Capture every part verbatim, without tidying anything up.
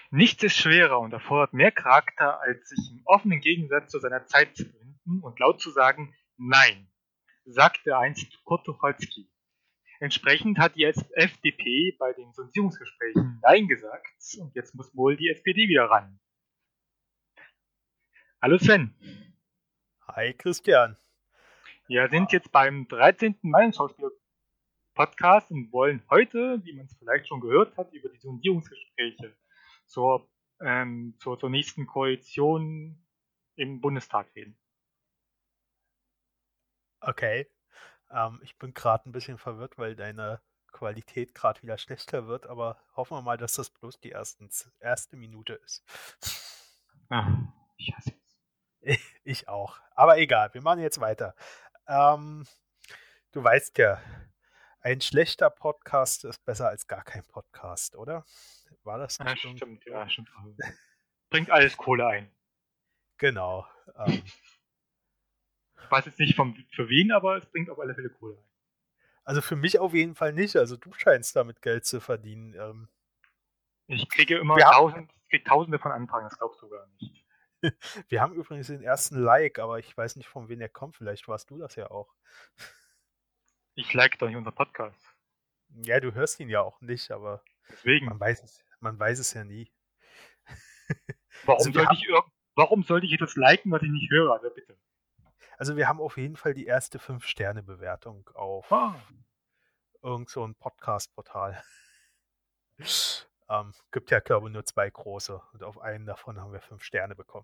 Nichts ist schwerer und erfordert mehr Charakter, als sich im offenen Gegensatz zu seiner Zeit zu befinden und laut zu sagen „Nein“, sagte einst Kurt Tucholsky. Entsprechend hat die F D P bei den Sondierungsgesprächen Nein gesagt und jetzt muss wohl die S P D wieder ran. Hallo Sven. Hi Christian. Wir sind jetzt beim dreizehnten Meinungsschauspiel-Podcast und wollen heute, wie man es vielleicht schon gehört hat, über die Sondierungsgespräche zur, ähm, zur, zur nächsten Koalition im Bundestag reden. Okay. Ähm, ich bin gerade ein bisschen verwirrt, weil deine Qualität gerade wieder schlechter wird, aber hoffen wir mal, dass das bloß die ersten, erste Minute ist. Ah, ich hasse es. Ich auch. Aber egal, wir machen jetzt weiter. Ähm, du weißt ja, ein schlechter Podcast ist besser als gar kein Podcast, oder? War das Ja, nicht irgendwie stimmt, so? ja, stimmt. Bringt alles Kohle ein. Genau. Ähm, Ich weiß jetzt nicht vom, für wen, aber es bringt auf alle Fälle Kohle ein. also für mich auf jeden Fall nicht. Also du scheinst damit Geld zu verdienen. Ähm, Ich kriege immer wir haben tausend, ich kriege tausende von Anfragen, das glaubst du gar nicht. Wir haben übrigens den ersten Like, aber ich weiß nicht, von wem der kommt. Vielleicht warst du das ja auch. Ich like doch nicht unseren Podcast. Ja, du hörst ihn ja auch nicht, aber Deswegen. man weiß es, man weiß es ja nie. Warum Also wir sollte haben, ich irg warum sollte ich etwas liken, was ich nicht höre? Also bitte. also wir haben auf jeden Fall die erste fünf-Sterne-Bewertung Ah, auf irgend so ein Podcast-Portal. Ähm, gibt ja, glaube ich, nur zwei große und auf einen davon haben wir fünf Sterne bekommen.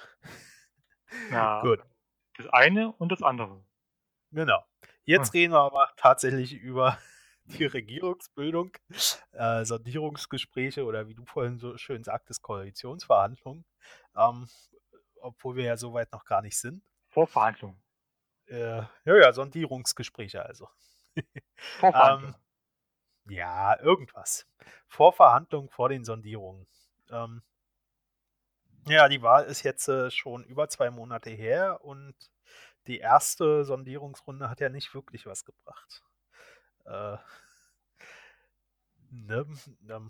na, Gut, das eine und das andere. genau. Hm. Jetzt reden wir aber tatsächlich über die Regierungsbildung, äh, Sondierungsgespräche oder wie du vorhin so schön sagtest, Koalitionsverhandlungen, ähm, obwohl wir ja soweit noch gar nicht sind. Vorverhandlung. Äh, ja, ja, Sondierungsgespräche also. ähm, Vorverhandlung. ja, irgendwas. Vorverhandlungen vor den Sondierungen. Ähm, ja, die Wahl ist jetzt äh, schon über zwei Monate her und die erste Sondierungsrunde hat ja nicht wirklich was gebracht. Äh, ne? ähm,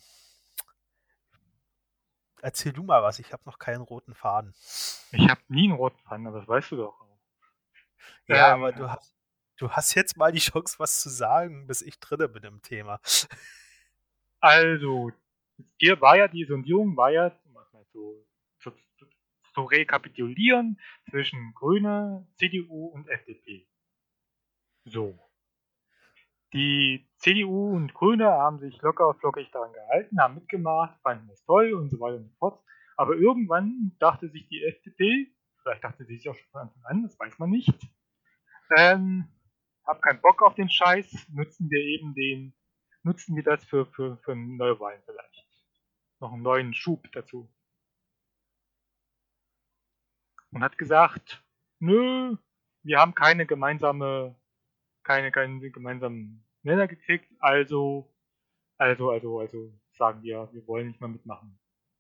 Erzähl du mal was, ich habe noch keinen roten Faden. Ich habe nie einen roten Faden, aber das weißt du doch auch. Ja, Ähm, aber du hast, du hast jetzt mal die Chance, was zu sagen, bis ich drinne bin im Thema. also, hier war ja die Sondierung, war ja, um das mal so zu, zu, zu rekapitulieren, zwischen Grüne, C D U und F D P. So. Die C D U und Grüne haben sich locker flockig daran gehalten, haben mitgemacht, fanden es toll und so weiter und so fort. Aber irgendwann dachte sich die F D P, vielleicht dachte sie sich auch schon von Anfang an, das weiß man nicht, ähm, hab keinen Bock auf den Scheiß, nutzen wir eben den, nutzen wir das für, für, für neue Wahlen vielleicht. Noch einen neuen Schub dazu. Und hat gesagt, nö, wir haben keine gemeinsame, keine, keinen gemeinsamen Nenner gekriegt, also Also, also, also sagen wir, wir wollen nicht mal mitmachen.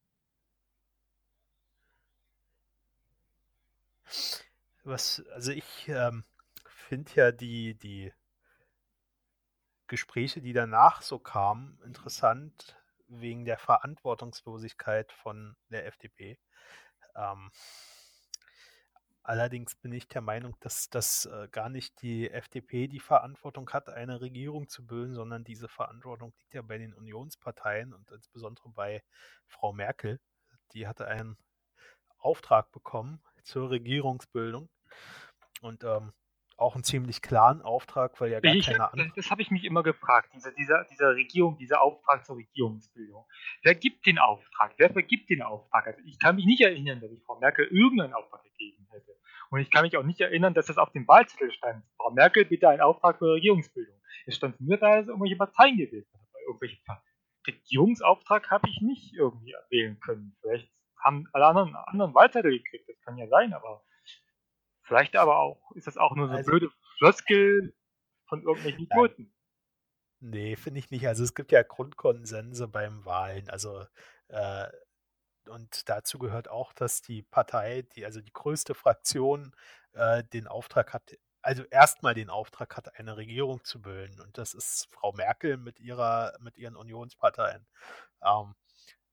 Was, also ich ähm, finde ja die, die Gespräche, die danach so kamen, interessant wegen der Verantwortungslosigkeit von der F D P. Ähm, Allerdings bin ich der Meinung, dass das äh, gar nicht die F D P die Verantwortung hat, eine Regierung zu bilden, sondern diese Verantwortung liegt ja bei den Unionsparteien und insbesondere bei Frau Merkel. Die hatte einen Auftrag bekommen zur Regierungsbildung und ähm, auch einen ziemlich klaren Auftrag, weil ja gar Ich, keine das, andere. das habe ich mich immer gefragt, dieser, dieser, dieser Regierung, dieser Auftrag zur Regierungsbildung. Wer gibt den Auftrag? Wer vergibt den Auftrag? Also ich kann mich nicht erinnern, dass ich Frau Merkel irgendeinen Auftrag gegeben hätte. Und ich kann mich auch nicht erinnern, dass das auf dem Wahlzettel stand. Frau Merkel, bitte einen Auftrag für Regierungsbildung. Es stand nur da, dass irgendwelche Parteien gewählt haben. Irgendwelche Regierungsauftrag habe ich nicht irgendwie wählen können. Vielleicht haben alle anderen, anderen Wahlzettel gekriegt, das kann ja sein, aber vielleicht aber auch, ist das auch nur so Also, blöde Floskel von irgendwelchen nein, Idioten. nee, finde ich nicht. Also es gibt ja Grundkonsense beim Wahlen. Also äh, und dazu gehört auch, dass die Partei, die also die größte Fraktion, äh, den Auftrag hat, also erstmal den Auftrag hat, eine Regierung zu bilden. Und das ist Frau Merkel mit ihrer, mit ihren Unionsparteien. Ähm,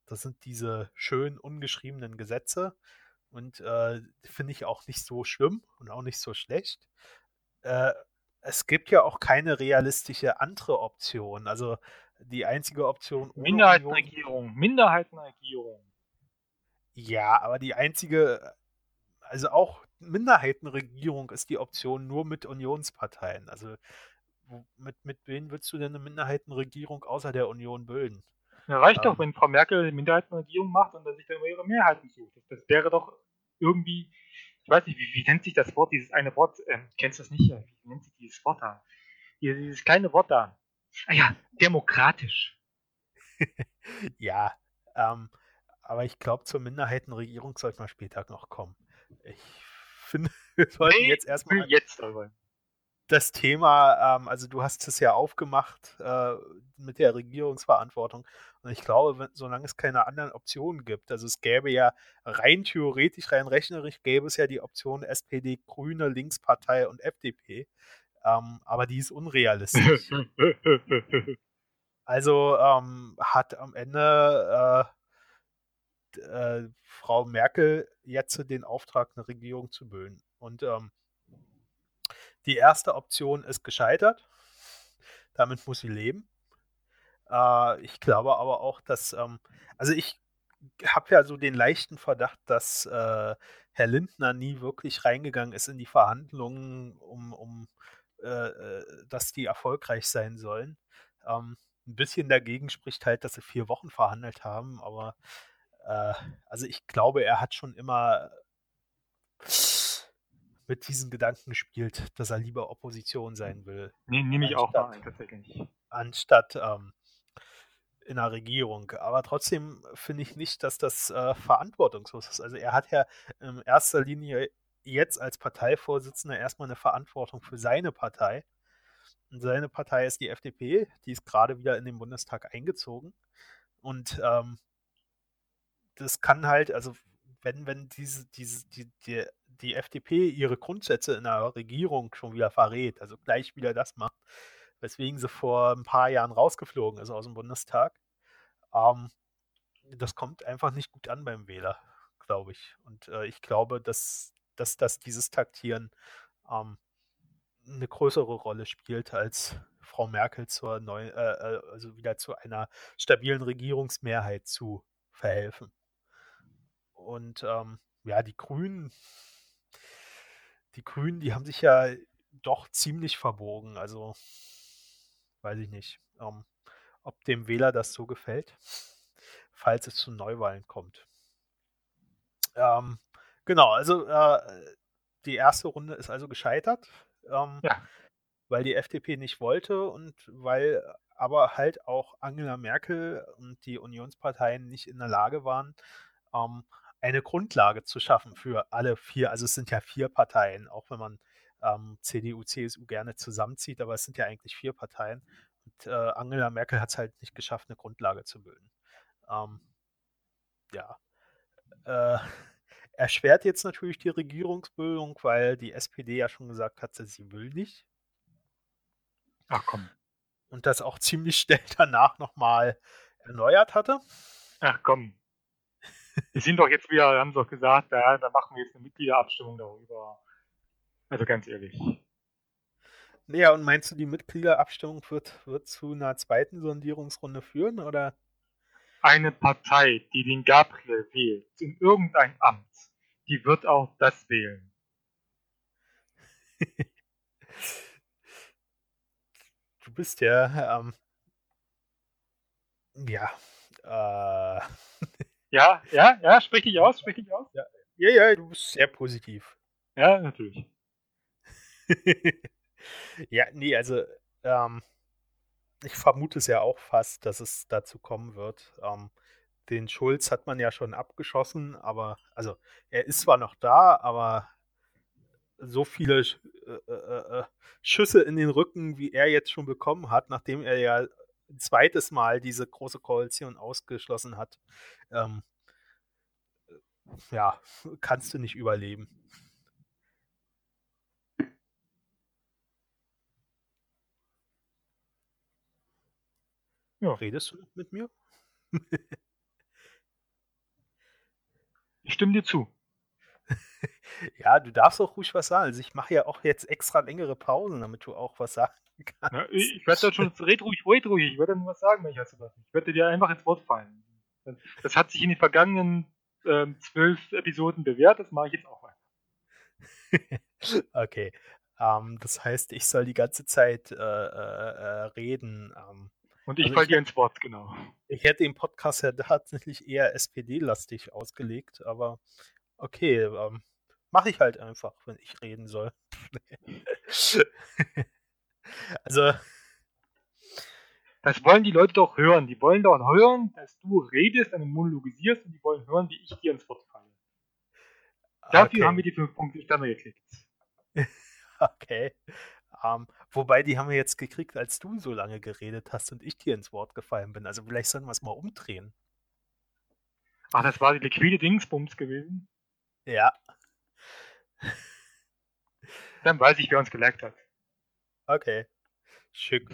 das sind diese schön ungeschriebenen Gesetze und äh, finde ich auch nicht so schlimm und auch nicht so schlecht. Äh, Es gibt ja auch keine realistische andere Option. Also die einzige Option ohne Union, Minderheitenregierung, Minderheitenregierung. ja, aber die einzige, also auch Minderheitenregierung ist die Option nur mit Unionsparteien. Also wo- mit, mit wem willst du denn eine Minderheitenregierung außer der Union bilden? Ja, reicht doch, Ähm, wenn Frau Merkel eine Minderheitenregierung macht und dann sich dann immer ihre Mehrheiten sucht. Das, das wäre doch irgendwie, ich weiß nicht, wie, wie nennt sich das Wort, dieses eine Wort, ähm, kennst du das nicht? Wie nennt sich dieses Wort da? Dieses, dieses kleine Wort da. Ah ja, demokratisch. ja, ähm, aber ich glaube, zur Minderheitenregierung sollte man später noch kommen. Ich finde, wir sollten Nee, jetzt ich will erstmal jetzt darüber. das Thema, ähm, also du hast es ja aufgemacht äh, mit der Regierungsverantwortung. Und ich glaube, wenn, solange es keine anderen Optionen gibt, also es gäbe ja rein theoretisch, rein rechnerisch, gäbe es ja die Option S P D, Grüne, Linkspartei und F D P. Ähm, aber die ist unrealistisch. Also ähm, hat am Ende äh, äh, Frau Merkel jetzt den Auftrag, eine Regierung zu bilden. Und ähm, die erste Option ist gescheitert. Damit muss sie leben. Äh, ich glaube aber auch, dass, ähm, also ich habe ja so den leichten Verdacht, dass äh, Herr Lindner nie wirklich reingegangen ist in die Verhandlungen, um, um äh, äh, dass die erfolgreich sein sollen. Ähm, ein bisschen dagegen spricht halt, dass sie vier Wochen verhandelt haben, aber äh, also ich glaube, er hat schon immer mit diesen Gedanken gespielt, dass er lieber Opposition sein will, Nee, nehme ich auch mal anstatt, ein, tatsächlich. anstatt ähm, in der Regierung. Aber trotzdem finde ich nicht, dass das äh, verantwortungslos ist. Also er hat ja in erster Linie jetzt als Parteivorsitzender erstmal eine Verantwortung für seine Partei. Und seine Partei ist die F D P, die ist gerade wieder in den Bundestag eingezogen. Und ähm, das kann halt, also wenn, wenn diese, diese, die, die, die F D P ihre Grundsätze in der Regierung schon wieder verrät, also gleich wieder das macht, weswegen sie vor ein paar Jahren rausgeflogen ist aus dem Bundestag, ähm, das kommt einfach nicht gut an beim Wähler, glaube ich. Und äh, ich glaube, dass, dass, dass dieses Taktieren ähm, eine größere Rolle spielt, als Frau Merkel zur neuen, äh, äh, also wieder zu einer stabilen Regierungsmehrheit zu verhelfen. Und ähm, ja, die Grünen, die Grünen, die haben sich ja doch ziemlich verbogen. Also weiß ich nicht, ähm, ob dem Wähler das so gefällt, falls es zu Neuwahlen kommt. Ähm, genau, also äh, die erste Runde ist also gescheitert, ähm, Ja, weil die F D P nicht wollte und weil aber halt auch Angela Merkel und die Unionsparteien nicht in der Lage waren, ähm, eine Grundlage zu schaffen für alle vier. Also es sind ja vier Parteien, auch wenn man ähm, C D U, C S U gerne zusammenzieht, aber es sind ja eigentlich vier Parteien. Und äh, Angela Merkel hat es halt nicht geschafft, eine Grundlage zu bilden. Ähm, ja, äh, erschwert jetzt natürlich die Regierungsbildung, weil die S P D ja schon gesagt hat, sie will nicht. ach komm. Und das auch ziemlich schnell danach nochmal erneuert hatte. Ach komm. Die sind doch jetzt wieder, haben doch gesagt, ja, da machen wir jetzt eine Mitgliederabstimmung darüber. Also ganz ehrlich. Naja, und meinst du, die Mitgliederabstimmung wird, wird zu einer zweiten Sondierungsrunde führen? Oder? Eine Partei, die den Gabriel wählt, in irgendein Amt, die wird auch das wählen. Du bist ja, ähm, ja, äh, Ja, ja, ja, sprich dich aus, sprich dich aus. ja, ja, ja, du bist sehr positiv. Ja, natürlich. Ja, nee, also, ähm, ich vermute es ja auch fast, dass es dazu kommen wird. Ähm, den Schulz hat man ja schon abgeschossen, aber, also, er ist zwar noch da, aber so viele Sch- äh, äh, äh, Schüsse in den Rücken, wie er jetzt schon bekommen hat, nachdem er ja ein zweites Mal diese große Koalition ausgeschlossen hat, ähm, ja, kannst du nicht überleben. Ja. Redest du noch mit mir? stimme dir zu. Ja, du darfst auch ruhig was sagen. Also ich mache ja auch jetzt extra längere Pausen, damit du auch was sagen kannst. Ja, ich ich werde da schon, red ruhig, red ruhig, ich werde nur was sagen, wenn ich was was. Ich werde dir einfach ins Wort fallen. Das hat sich in den vergangenen ähm, zwölf Episoden bewährt, das mache ich jetzt auch mal. Okay. Ähm, das heißt, ich soll die ganze Zeit äh, äh, äh, reden. Ähm, Und ich also falle ich, dir hätt- ins Wort, genau. ich hätte den Podcast ja tatsächlich eher S P D-lastig ausgelegt, aber okay, ähm, mache ich halt einfach, wenn ich reden soll. Also, Das wollen die Leute doch hören. Die wollen doch hören, dass du redest, dann monologisierst und die wollen hören, wie ich dir ins Wort falle. Dafür haben wir okay, die fünf Punkte Sterne gekriegt. okay. Ähm, wobei, die haben wir jetzt gekriegt, als du so lange geredet hast und ich dir ins Wort gefallen bin. Also vielleicht sollten wir es mal umdrehen. Ach, das war die liquide Dingsbums gewesen. Ja, Dann weiß ich, wer uns geleckt hat. okay. Schick.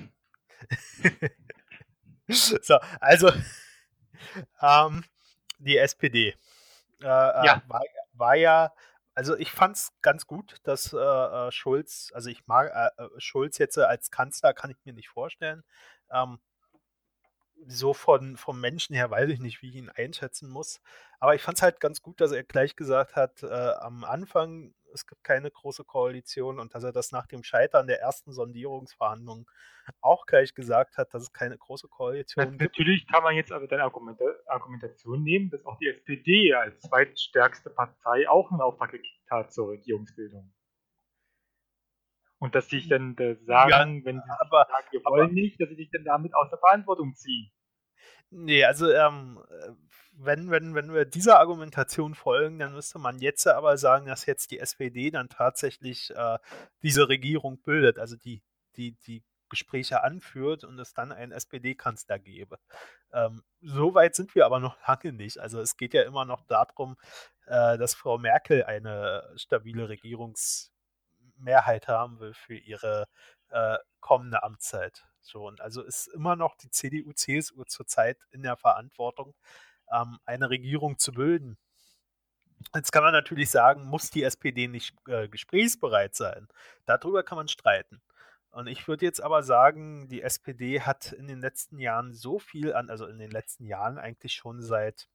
So, also, ähm, die S P D äh, äh, Ja, war, war ja, also ich fand es ganz gut, dass äh, äh, Schulz, also ich mag äh, äh, Schulz jetzt äh, als Kanzler, kann ich mir nicht vorstellen. Ähm, so von, vom Menschen her weiß ich nicht, wie ich ihn einschätzen muss. Aber ich fand es halt ganz gut, dass er gleich gesagt hat, äh, am Anfang, es gibt keine große Koalition und dass er das nach dem Scheitern der ersten Sondierungsverhandlungen auch gleich gesagt hat, dass es keine große Koalition gibt. natürlich kann man jetzt aber deine Argumentation nehmen, dass auch die S P D als zweitstärkste Partei auch einen Auftrag gekriegt hat zur Regierungsbildung. Und dass sie sich dann äh, Ja, sagen, wenn sie aber, sagen, wir aber wollen nicht, dass sie sich dann damit aus der Verantwortung ziehen. nee, also ähm, äh, wenn, wenn, wenn wir dieser Argumentation folgen, dann müsste man jetzt aber sagen, dass jetzt die S P D dann tatsächlich äh, diese Regierung bildet, also die, die, die Gespräche anführt und es dann einen S P D-Kanzler gäbe. Ähm, so weit sind wir aber noch lange nicht. Also es geht ja immer noch darum, äh, dass Frau Merkel eine stabile Regierungsmehrheit haben will für ihre äh, kommende Amtszeit. So, und also ist immer noch die C D U, C S U zurzeit in der Verantwortung, ähm, eine Regierung zu bilden. Jetzt kann man natürlich sagen, muss die S P D nicht äh, gesprächsbereit sein? Darüber kann man streiten. Und ich würde jetzt aber sagen, die S P D hat in den letzten Jahren so viel an, also in den letzten Jahren eigentlich schon seit,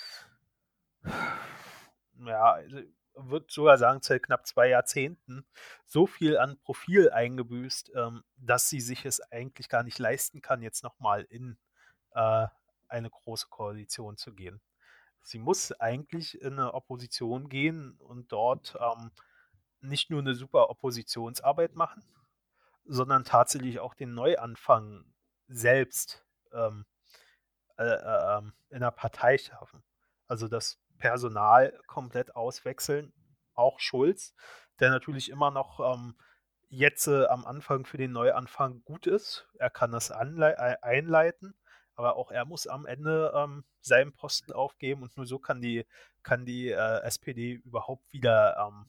ja, also würde sogar sagen, seit knapp zwei Jahrzehnten so viel an Profil eingebüßt, ähm, dass sie sich es eigentlich gar nicht leisten kann, jetzt nochmal in äh, eine große Koalition zu gehen. Sie muss eigentlich in eine Opposition gehen und dort ähm, nicht nur eine super Oppositionsarbeit machen, sondern tatsächlich auch den Neuanfang selbst ähm, äh, äh, ähm, in der Partei schaffen. Also das Personal komplett auswechseln, auch Schulz, der natürlich immer noch ähm, jetzt äh, am Anfang für den Neuanfang gut ist. Er kann das anlei- äh, einleiten, aber auch er muss am Ende ähm, seinen Posten aufgeben und nur so kann die, kann die äh, S P D überhaupt wieder ähm,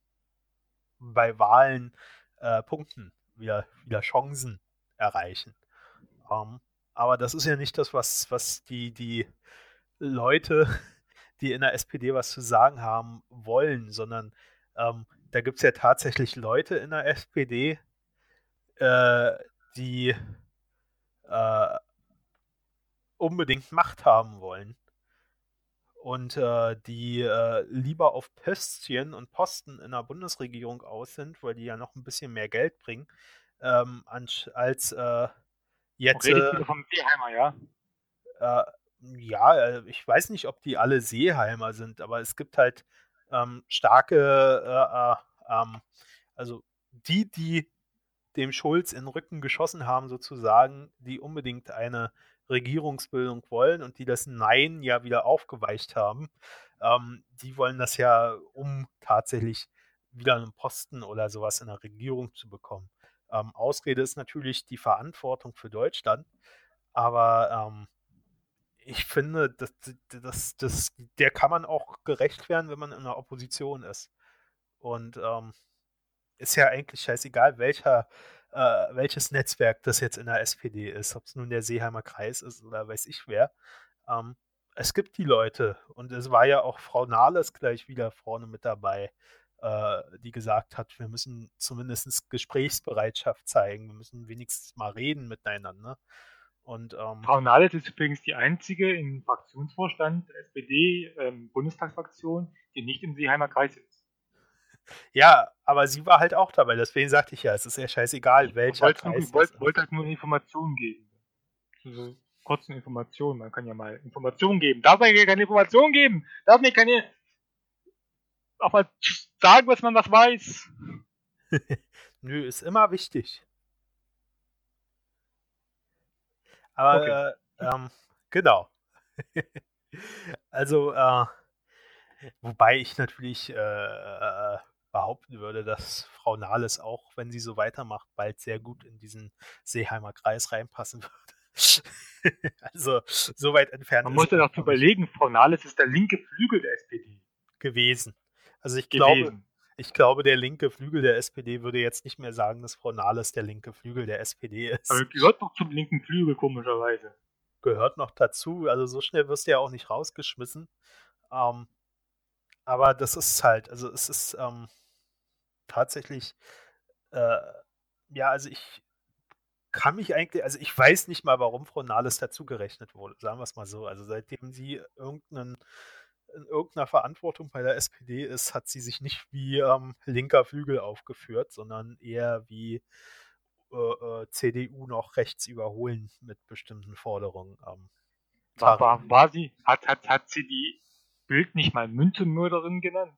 bei Wahlen äh, punkten, wieder, wieder Chancen erreichen. Ähm, aber das ist ja nicht das, was, was die, die Leute, die in der S P D was zu sagen haben, wollen, sondern ähm, da gibt es ja tatsächlich Leute in der S P D, äh, die äh, unbedingt Macht haben wollen und äh, die äh, lieber auf Pöstchen und Posten in der Bundesregierung aus sind, weil die ja noch ein bisschen mehr Geld bringen, ähm, als äh, Du jetzt redest äh, wieder vom Seeheimer, ja? Äh, ja, äh, ich weiß nicht, ob die alle Seeheimer sind, aber es gibt halt ähm, starke, äh, äh, ähm, also die, die dem Schulz in den Rücken geschossen haben, sozusagen, die unbedingt eine Regierungsbildung wollen und die das Nein ja wieder aufgeweicht haben, ähm, die wollen das ja, um tatsächlich wieder einen Posten oder sowas in der Regierung zu bekommen. Ähm, Ausrede ist natürlich die Verantwortung für Deutschland, aber ähm, ich finde, das, das, das, der kann man auch gerecht werden, wenn man in der Opposition ist. Und ähm, ist ja eigentlich scheißegal, welcher, äh, welches Netzwerk das jetzt in der S P D ist, ob es nun der Seeheimer Kreis ist oder weiß ich wer. Ähm, es gibt die Leute Und es war ja auch Frau Nahles gleich wieder vorne mit dabei, äh, die gesagt hat, wir müssen zumindest Gesprächsbereitschaft zeigen, wir müssen wenigstens mal reden miteinander. Und ähm, Frau Nahles ist übrigens die einzige im Fraktionsvorstand der S P D-Bundestagsfraktion, ähm, die nicht im Seeheimer Kreis sitzt. Ja, aber sie war halt auch dabei, deswegen sagte ich ja, es ist ja scheißegal, welcher Ich Kreis wollte das wollt halt nur Informationen geben. So kurzen Informationen, man kann ja mal Informationen geben. Darf man hier keine Informationen geben? Darf mir keine auch mal sagen, was man was weiß? Nö, ist immer wichtig. Aber, Okay. äh, ähm, genau. Also, äh, wobei ich natürlich äh, äh, behaupten würde, dass Frau Nahles auch, wenn sie so weitermacht, bald sehr gut in diesen Seeheimer Kreis reinpassen würde. Also, so weit entfernt Man ist muss ja sie, doch glaub ich, überlegen, Frau Nahles ist der linke Flügel der S P D gewesen. Also ich glaube, gewesen. ich glaube, der linke Flügel der S P D würde jetzt nicht mehr sagen, dass Frau Nahles der linke Flügel der S P D Aber ist. gehört doch zum linken Flügel, komischerweise. Gehört noch dazu. Also so schnell wirst du ja auch nicht rausgeschmissen. Ähm, aber das ist halt, also es ist ähm, tatsächlich, äh, ja, also ich kann mich eigentlich, also ich weiß nicht mal, warum Frau Nahles dazugerechnet wurde, sagen wir es mal so. Also seitdem sie irgendeinen, in irgendeiner Verantwortung bei der S P D ist, hat sie sich nicht wie ähm, linker Flügel aufgeführt, sondern eher wie äh, äh, C D U noch rechts überholen mit bestimmten Forderungen. Ähm, War, Tarif. war, war sie, hat, hat, hat sie die Bild nicht mal Müntemörderin genannt?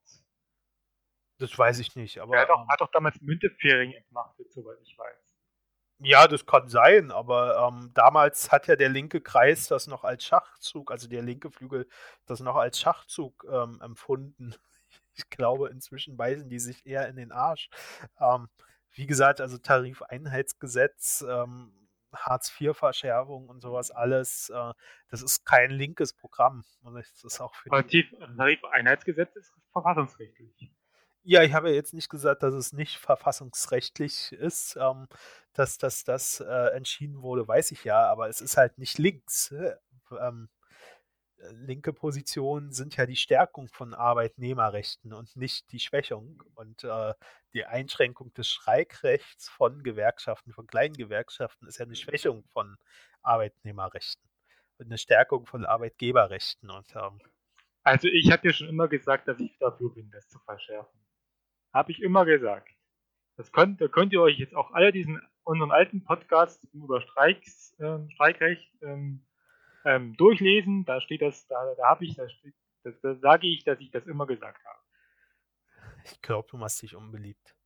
Das weiß ich nicht, Er aber hat doch, ähm, hat doch damals Müntefering entmachtet, soweit ich weiß. ja, das kann sein, aber ähm, damals hat ja der linke Kreis das noch als Schachzug, also der linke Flügel, das noch als Schachzug ähm, empfunden. Ich glaube, inzwischen beißen die sich eher in den Arsch. Ähm, wie gesagt, also Tarifeinheitsgesetz, ähm, Hartz-vier-Verschärfung und sowas alles, äh, das ist kein linkes Programm. Und das ist auch für die. Tarifeinheitsgesetz ist verfassungsrechtlich. Ja, ich habe ja jetzt nicht gesagt, dass es nicht verfassungsrechtlich ist. Ähm, dass das, das äh, entschieden wurde, weiß ich ja, aber es ist halt nicht links. Äh, ähm, linke Positionen sind ja die Stärkung von Arbeitnehmerrechten und nicht die Schwächung. Und äh, die Einschränkung des Streikrechts von Gewerkschaften, von kleinen Gewerkschaften, ist ja eine Schwächung von Arbeitnehmerrechten und eine Stärkung von Arbeitgeberrechten. Und ähm, Also ich habe ja schon immer gesagt, dass ich dafür bin, das zu verschärfen. Habe ich immer gesagt. Das könnt, da könnt ihr euch jetzt auch alle diesen unseren alten Podcast über Streiks, ähm, Streikrecht ähm, ähm, durchlesen. Da steht das, da, da habe ich, da, steht, da, da sage ich, dass ich das immer gesagt habe. ich glaube, du machst dich unbeliebt.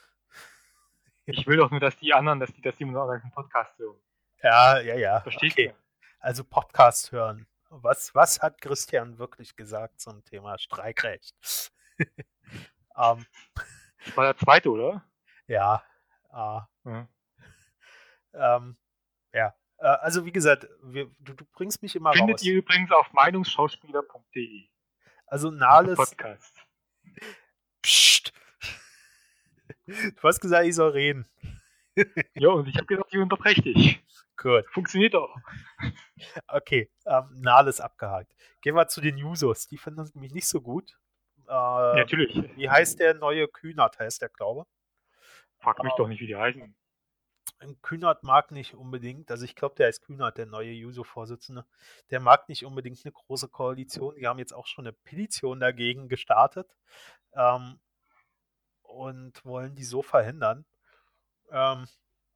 Ich will doch nur, dass die anderen, dass die, dass die unseren alten Podcast hören. Ja, ja, ja. Verstehst Okay. du? Also Podcast hören. Was, was hat Christian wirklich gesagt zum Thema Streikrecht? ähm, Das war der zweite, oder? ja. Äh, Ja. ähm, ja. Äh, also wie gesagt, wir, du, du bringst mich immer Findet raus. ihr übrigens auf meinungsschauspieler punkt de. Also Nahles. Podcast. Psst. Du hast gesagt, ich soll reden. Ja, und ich habe gesagt, ich unterbreche dich. Gut. Funktioniert doch. Okay, ähm, Nahles abgehakt. Gehen wir zu den Jusos. Die finden uns nämlich nicht so gut. Äh, Natürlich. Wie heißt der neue Kühnert, heißt der, glaube ich. Frag mich doch nicht, wie die heißen. Kühnert mag nicht unbedingt, also ich glaube, der ist Kühnert, der neue Juso-Vorsitzende, der mag nicht unbedingt eine große Koalition. Die haben jetzt auch schon eine Petition dagegen gestartet ähm, und wollen die so verhindern. Ähm,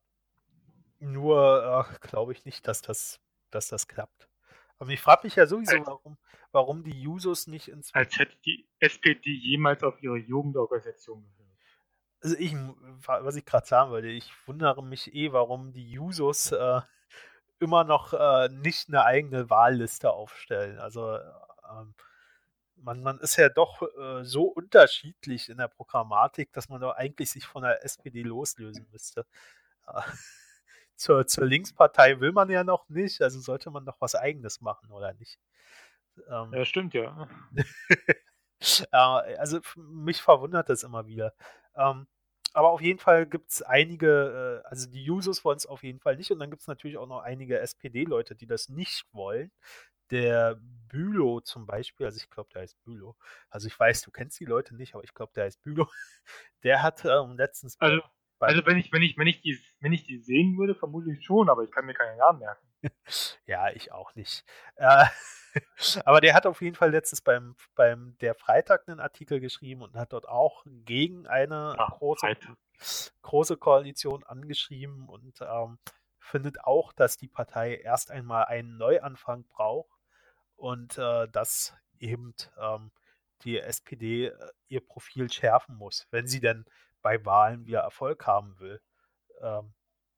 nur äh, glaube ich nicht, dass das, dass das klappt. Aber ich frage mich ja sowieso, Als, warum, warum die Jusos nicht ins. als hätte die S P D jemals auf ihre Jugendorganisation gehört. Also ich, was ich gerade sagen wollte, ich wundere mich eh, warum die Jusos äh, immer noch äh, nicht eine eigene Wahlliste aufstellen. Also ähm, man, man ist ja doch äh, so unterschiedlich in der Programmatik, dass man doch eigentlich sich von der S P D loslösen müsste. Äh, zur, zur Linkspartei will man ja noch nicht, also sollte man doch was Eigenes machen, oder nicht? Ähm, Ja, stimmt ja. äh, also mich verwundert das immer wieder. Ähm, aber auf jeden Fall gibt es einige, äh, also die Jusos wollen es auf jeden Fall nicht und dann gibt es natürlich auch noch einige S P D-Leute, die das nicht wollen. Der Bülow zum Beispiel, also ich glaube, der heißt Bülow. Also ich weiß, du kennst die Leute nicht, aber ich glaube, der heißt Bülow. Der hat ähm, letztens bei, Also, beim, also wenn ich, wenn ich, wenn ich die, wenn ich die sehen würde, vermutlich schon, aber ich kann mir keinen Namen merken. ja, ich auch nicht. Äh, aber der hat auf jeden Fall letztens beim, beim der Freitag einen Artikel geschrieben und hat dort auch gegen eine Ja, große, Freitag. große Koalition angeschrieben und ähm, findet auch, dass die Partei erst einmal einen Neuanfang braucht und äh, dass eben ähm, die S P D äh, ihr Profil schärfen muss, wenn sie denn bei Wahlen wieder Erfolg haben will. Ähm,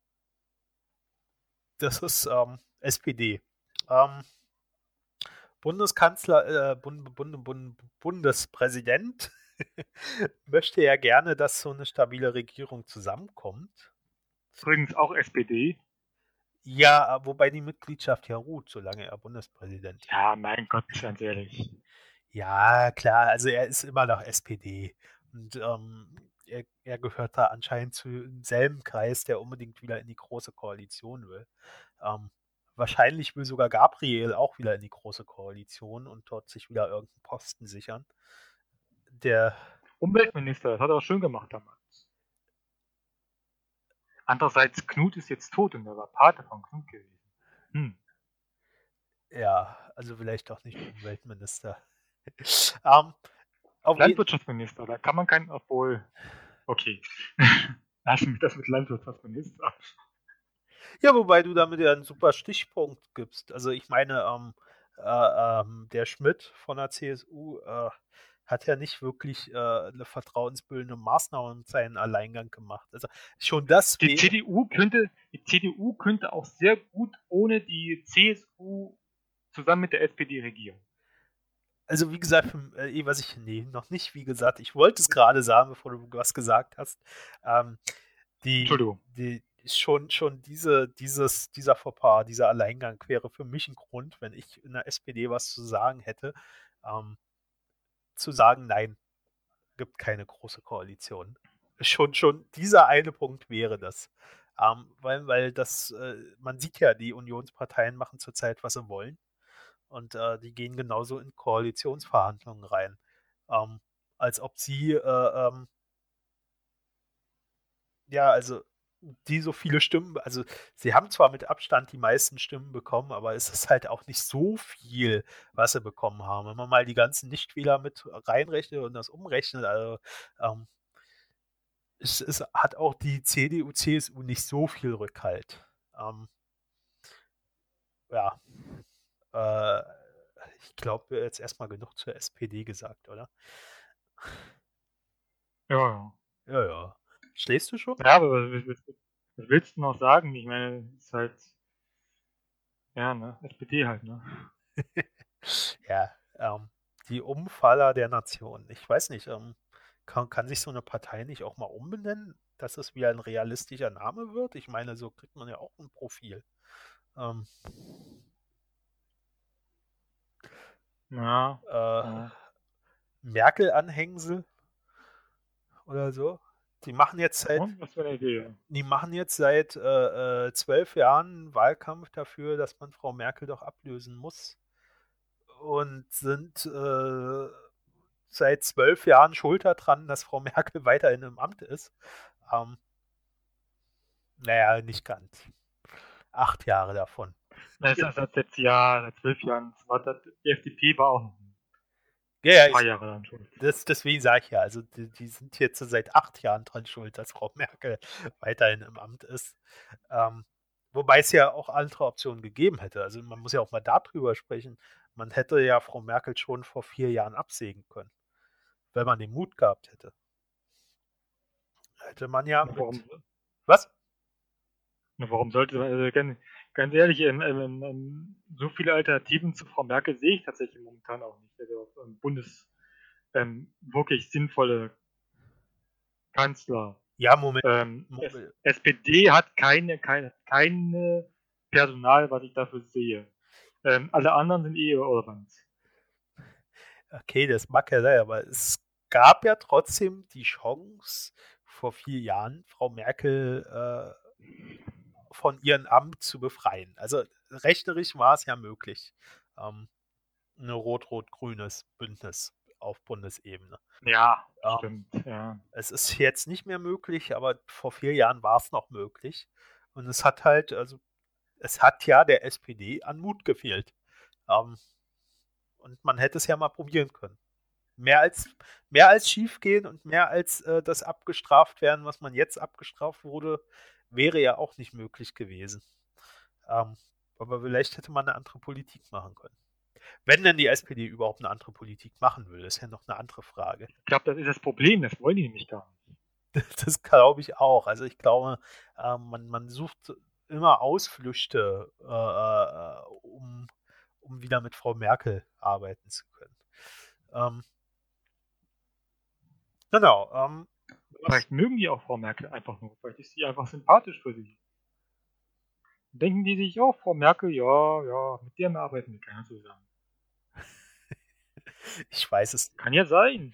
das ist ähm, S P D. Ähm, Bundeskanzler, äh, Bund, Bund, Bund, Bundespräsident möchte ja gerne, dass so eine stabile Regierung zusammenkommt. Übrigens auch S P D. Ja, wobei die Mitgliedschaft ja ruht, solange er Bundespräsident ist. Ja, mein Gott, ganz ehrlich. Ja, klar, also er ist immer noch S P D. Und ähm, er, er gehört da anscheinend zu demselben Kreis, der unbedingt wieder in die große Koalition will. Ähm, wahrscheinlich will sogar Gabriel auch wieder in die große Koalition und dort sich wieder irgendeinen Posten sichern. Der, Umweltminister, das hat er auch schön gemacht damals. Andererseits, Knut ist jetzt tot und er war Pate von Knut gewesen. Hm. ja, also vielleicht auch nicht Umweltminister. ähm, auf jeden Landwirtschaftsminister, da kann man keinen, obwohl, okay. Lassen wir das mit Landwirtschaftsminister. Ja, wobei du damit ja einen super Stichpunkt gibst. Also ich meine, ähm, äh, ähm, der Schmidt von der C S U äh, hat ja nicht wirklich äh, eine vertrauensbildende Maßnahme mit seinem Alleingang gemacht. Also schon das Die wäre, C D U könnte, die C D U könnte auch sehr gut ohne die C S U zusammen mit der S P D regieren. also wie gesagt, für, äh, was ich, nee, noch nicht, wie gesagt, ich wollte es gerade sagen, bevor du was gesagt hast. Ähm, die, Entschuldigung. die schon, schon diese, dieses, dieser Fauxpas, dieser Alleingang wäre für mich ein Grund, wenn ich in der S P D was zu sagen hätte, ähm, zu sagen, nein, gibt keine große Koalition. Schon, schon dieser eine Punkt wäre das. Ähm, weil, weil das, äh, man sieht ja, die Unionsparteien machen zurzeit, was sie wollen. Und äh, die gehen genauso in Koalitionsverhandlungen rein. Ähm, als ob sie, äh, ähm, ja, also die so viele Stimmen, also sie haben zwar mit Abstand die meisten Stimmen bekommen, aber es ist halt auch nicht so viel, was sie bekommen haben. Wenn man mal die ganzen Nichtwähler mit reinrechnet und das umrechnet, also ähm, es, es hat auch die C D U, C S U nicht so viel Rückhalt. Ähm, ja, äh, ich glaube, jetzt erstmal genug zur S P D gesagt, oder? Ja, ja. Ja, ja. Schläfst du schon? Ja, aber was, was, was willst du noch sagen? Ich meine, es ist halt, ja, ne, S P D halt, ne? Ja, ähm, die Umfaller der Nation. Ich weiß nicht, ähm, kann, kann sich so eine Partei nicht auch mal umbenennen, dass es wieder ein realistischer Name wird? Ich meine, so kriegt man ja auch ein Profil. Ähm, Ja, äh, ja. Merkel-Anhängsel oder so. Die machen jetzt seit, Und was für eine Idee. die machen jetzt seit äh, äh, zwölf Jahren einen Wahlkampf dafür, dass man Frau Merkel doch ablösen muss. Und sind äh, seit zwölf Jahren schuld daran, dass Frau Merkel weiterhin im Amt ist. Ähm, naja, nicht ganz. Acht Jahre davon. Das ist seit sechs Jahren, seit zwölf Jahren. Das war das, die F D P war auch noch ein Ja, ja, paar ich, Jahre dann schuld. das, deswegen sage ich ja, also die, die sind jetzt seit acht Jahren dran schuld, dass Frau Merkel weiterhin im Amt ist. Ähm, wobei es ja auch andere Optionen gegeben hätte. Also man muss ja auch mal darüber sprechen. Man hätte ja Frau Merkel schon vor vier Jahren absägen können, wenn man den Mut gehabt hätte. Hätte man ja Na, mit. warum, Was? na, warum sollte man, also ganz, ganz ehrlich, ähm, ähm, ähm, so viele Alternativen zu Frau Merkel sehe ich tatsächlich momentan auch nicht. Also ähm, Bundes, ähm, wirklich sinnvolle Kanzler. Ja, Moment. Ähm, S Moment. SPD hat keine, keine, keine Personal, was ich dafür sehe. Ähm, alle anderen sind eh Irrelevant. Okay, das mag ja sein, aber es gab ja trotzdem die Chance vor vier Jahren Frau Merkel äh, von ihrem Amt zu befreien. Also rechnerisch war es ja möglich. Ähm, ein rot-rot-grünes Bündnis auf Bundesebene. Ja, Ähm, stimmt, ja. Es ist jetzt nicht mehr möglich, aber vor vier Jahren war es noch möglich. Und es hat halt, also es hat ja der S P D an Mut gefehlt. Ähm, und man hätte es ja mal probieren können. Mehr als, mehr als schief gehen und mehr als äh, das abgestraft werden, was man jetzt abgestraft wurde, wäre ja auch nicht möglich gewesen. Ähm, aber vielleicht hätte man eine andere Politik machen können. Wenn denn die S P D überhaupt eine andere Politik machen will, ist ja noch eine andere Frage. Ich glaube, das ist das Problem, das wollen die nämlich gar nicht. Das glaube ich auch. Also ich glaube, äh, man, man sucht immer Ausflüchte, äh, äh, um, um wieder mit Frau Merkel arbeiten zu können. Ähm, genau. Ähm, Vielleicht mögen die auch Frau Merkel einfach nur. Vielleicht ist sie einfach sympathisch für sie. Denken die sich, oh, Frau Merkel, ja, ja, mit der arbeiten wir gerne zusammen. Ich weiß es. Kann ja sein.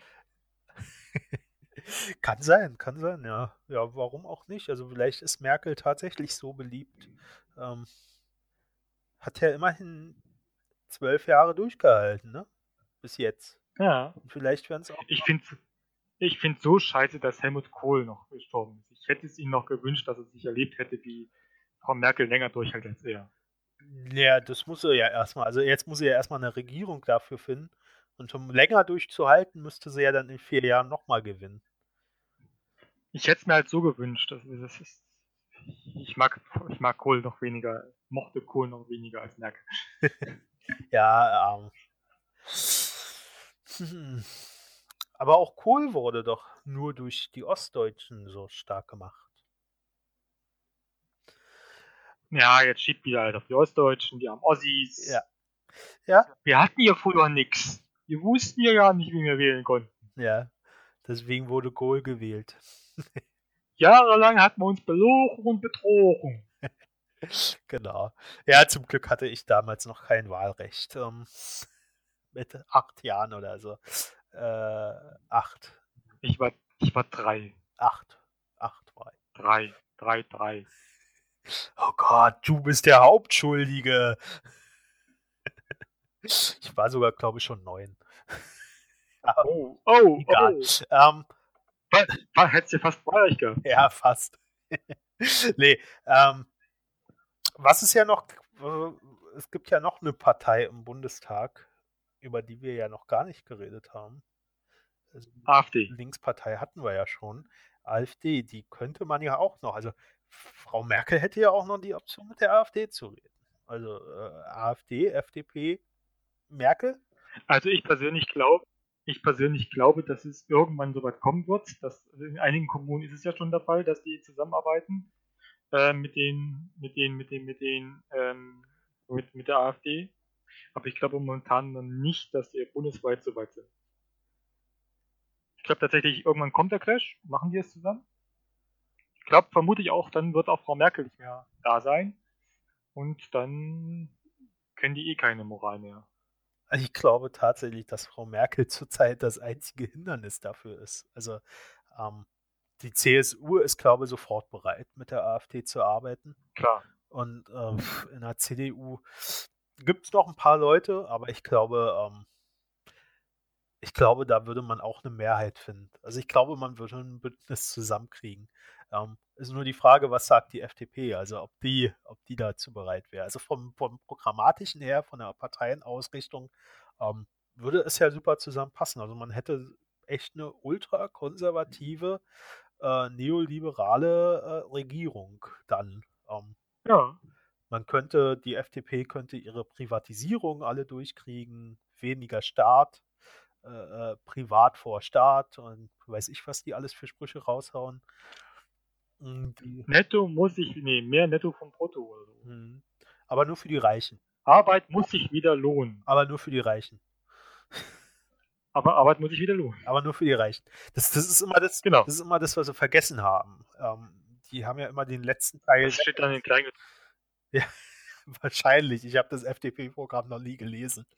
Kann sein, kann sein, ja. Ja, warum auch nicht? Also vielleicht ist Merkel tatsächlich so beliebt. Ähm, hat ja immerhin zwölf Jahre durchgehalten, ne? Bis jetzt. Ja. Und vielleicht werden es auch. Ich finde ich finde so scheiße, dass Helmut Kohl noch gestorben ist. Ich hätte es ihm noch gewünscht, dass er sich erlebt hätte, wie Frau Merkel länger durchhält als er. Ja, das muss er ja erstmal. Also jetzt muss er ja erstmal eine Regierung dafür finden. Und um länger durchzuhalten, müsste sie ja dann in vier Jahren nochmal gewinnen. Ich hätte es mir halt so gewünscht. Dass das ist, ich, mag, ich mag Kohl noch weniger, mochte Kohl noch weniger als Merkel. Ja, ähm. Hm. Aber auch Kohl wurde doch nur durch die Ostdeutschen so stark gemacht. Ja, jetzt schiebt wieder alles auf die Ostdeutschen, die armen Ossis. Ja. Ja. Wir hatten ja früher nix. Wir wussten ja gar nicht, wie wir wählen konnten. Ja, deswegen wurde Kohl gewählt. Jahrelang hat man uns belogen und betrogen. Genau. Ja, zum Glück hatte ich damals noch kein Wahlrecht. Ähm, mit acht Jahren oder so. Äh, acht. Ich war, ich war drei. Acht. Acht war ich. Drei. Drei, drei. Oh Gott, du bist der Hauptschuldige. Ich war sogar, glaube ich, schon neun. Oh, oh, Egal. oh. Ähm, Hättest du fast Wahlrecht gehabt. ja, fast. Nee, ähm, was ist ja noch, äh, es gibt ja noch eine Partei im Bundestag, über die wir ja noch gar nicht geredet haben. Also AfD. Linkspartei hatten wir ja schon. AfD, die könnte man ja auch noch. Also Frau Merkel hätte ja auch noch die Option, mit der AfD zu reden. Also äh, AfD, F D P, Merkel. Also ich persönlich glaube, ich persönlich glaube, dass es irgendwann so weit kommen wird. Dass in einigen Kommunen ist es ja schon der Fall, dass die zusammenarbeiten äh, mit den, mit den, mit den, mit den, ähm, mit, mit der AfD. Aber ich glaube momentan noch nicht, dass die bundesweit so weit sind. Ich glaube tatsächlich, irgendwann kommt der Crash, machen die es zusammen. Ich glaube vermutlich auch, dann wird auch Frau Merkel nicht mehr da sein. Und dann kennen die eh keine Moral mehr. Ich glaube tatsächlich, dass Frau Merkel zurzeit das einzige Hindernis dafür ist. Also ähm, die C S U ist, glaube ich, sofort bereit, mit der AfD zu arbeiten. Klar. Und äh, in der C D U gibt es noch ein paar Leute, aber ich glaube, ähm, ich glaube, da würde man auch eine Mehrheit finden. Also ich glaube, man würde ein Bündnis zusammenkriegen. Ähm, ist nur die Frage, was sagt die F D P, also ob die, ob die dazu bereit wäre. Also vom, vom Programmatischen her, von der Parteienausrichtung, ähm, würde es ja super zusammenpassen. Also man hätte echt eine ultrakonservative, äh, neoliberale äh, Regierung dann. Ähm, Ja. Man könnte, die F D P könnte ihre Privatisierung alle durchkriegen, weniger Staat, äh, äh, Privat vor Staat und weiß ich, was die alles für Sprüche raushauen. Die, Netto muss ich, nee, mehr Netto vom Brutto oder so. mh. Aber nur für die Reichen. Arbeit muss sich wieder lohnen. Aber nur für die Reichen. Aber Arbeit muss sich wieder lohnen. Aber nur für die Reichen. Das, das, ist, immer das, genau. das ist immer das, was wir vergessen haben. Ähm, die haben ja immer den letzten Teil. Das steht dann in klein. Ja, wahrscheinlich. Ich habe das F D P-Programm noch nie gelesen.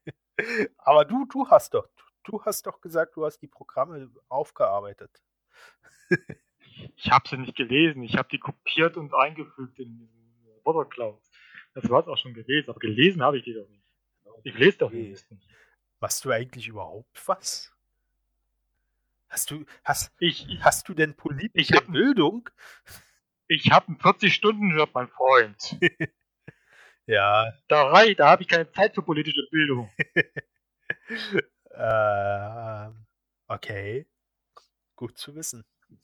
Aber du, du hast doch, du hast doch gesagt, du hast die Programme aufgearbeitet. Ich habe sie nicht gelesen. Ich habe die kopiert und eingefügt in diesen Watercloud. Das war es auch schon gewesen. Aber gelesen habe ich die doch nicht. Ich lese doch Okay. Linguisten nicht. Machst du eigentlich überhaupt was? Hast du, hast, Ich, ich, hast du denn ich politische habe Bildung? ich hab einen vierzig-Stunden-Job, mein Freund. Ja. Da, rei- da habe ich keine Zeit für politische Bildung. ähm, okay. Gut zu wissen.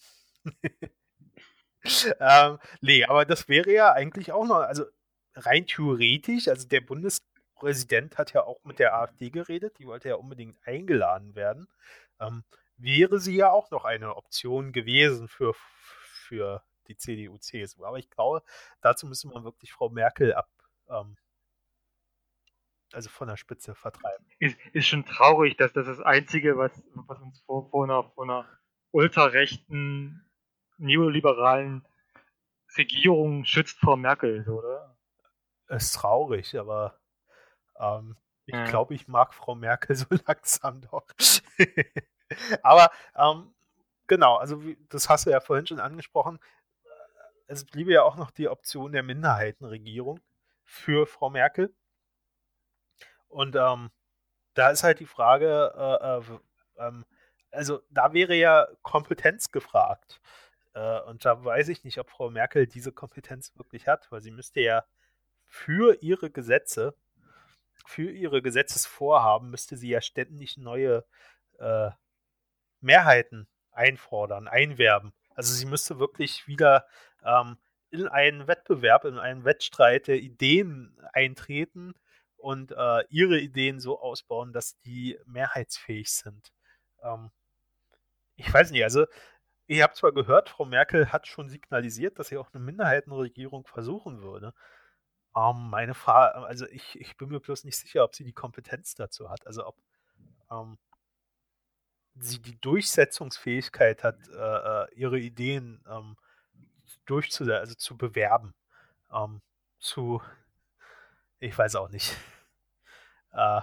ähm, nee, aber das wäre ja eigentlich auch noch, also rein theoretisch, also der Bundespräsident hat ja auch mit der AfD geredet, die wollte ja unbedingt eingeladen werden. Ähm, wäre sie ja auch noch eine Option gewesen für, für die C D U, C S U. Aber ich glaube, dazu müsste man wirklich Frau Merkel ab, ähm, also von der Spitze vertreiben. Ist, ist schon traurig, dass das das Einzige, was, was uns vor, vor, einer, vor einer ultrarechten, neoliberalen Regierung schützt vor Merkel, oder? Ist traurig, aber ähm, ich Ja. glaube, ich mag Frau Merkel so langsam doch. aber ähm, genau, also wie, das hast du ja vorhin schon angesprochen. Es bliebe ja auch noch die Option der Minderheitenregierung für Frau Merkel. Und ähm, da ist halt die Frage, äh, äh, ähm, also da wäre ja Kompetenz gefragt. Äh, und da weiß ich nicht, ob Frau Merkel diese Kompetenz wirklich hat, weil sie müsste ja für ihre Gesetze, für ihre Gesetzesvorhaben, müsste sie ja ständig neue äh, Mehrheiten einfordern, einwerben. Also sie müsste wirklich wieder ähm, in einen Wettbewerb, in einen Wettstreit der Ideen eintreten und äh, ihre Ideen so ausbauen, dass die mehrheitsfähig sind. Ähm, ich weiß nicht, also ich habe zwar gehört, Frau Merkel hat schon signalisiert, dass sie auch eine Minderheitenregierung versuchen würde. Ähm, meine Frage, also ich, ich bin mir bloß nicht sicher, ob sie die Kompetenz dazu hat. Also ob ähm, sie die Durchsetzungsfähigkeit hat, äh, äh, ihre Ideen ähm, durchzusetzen, also zu bewerben. Ähm, zu, ich weiß auch nicht. Äh,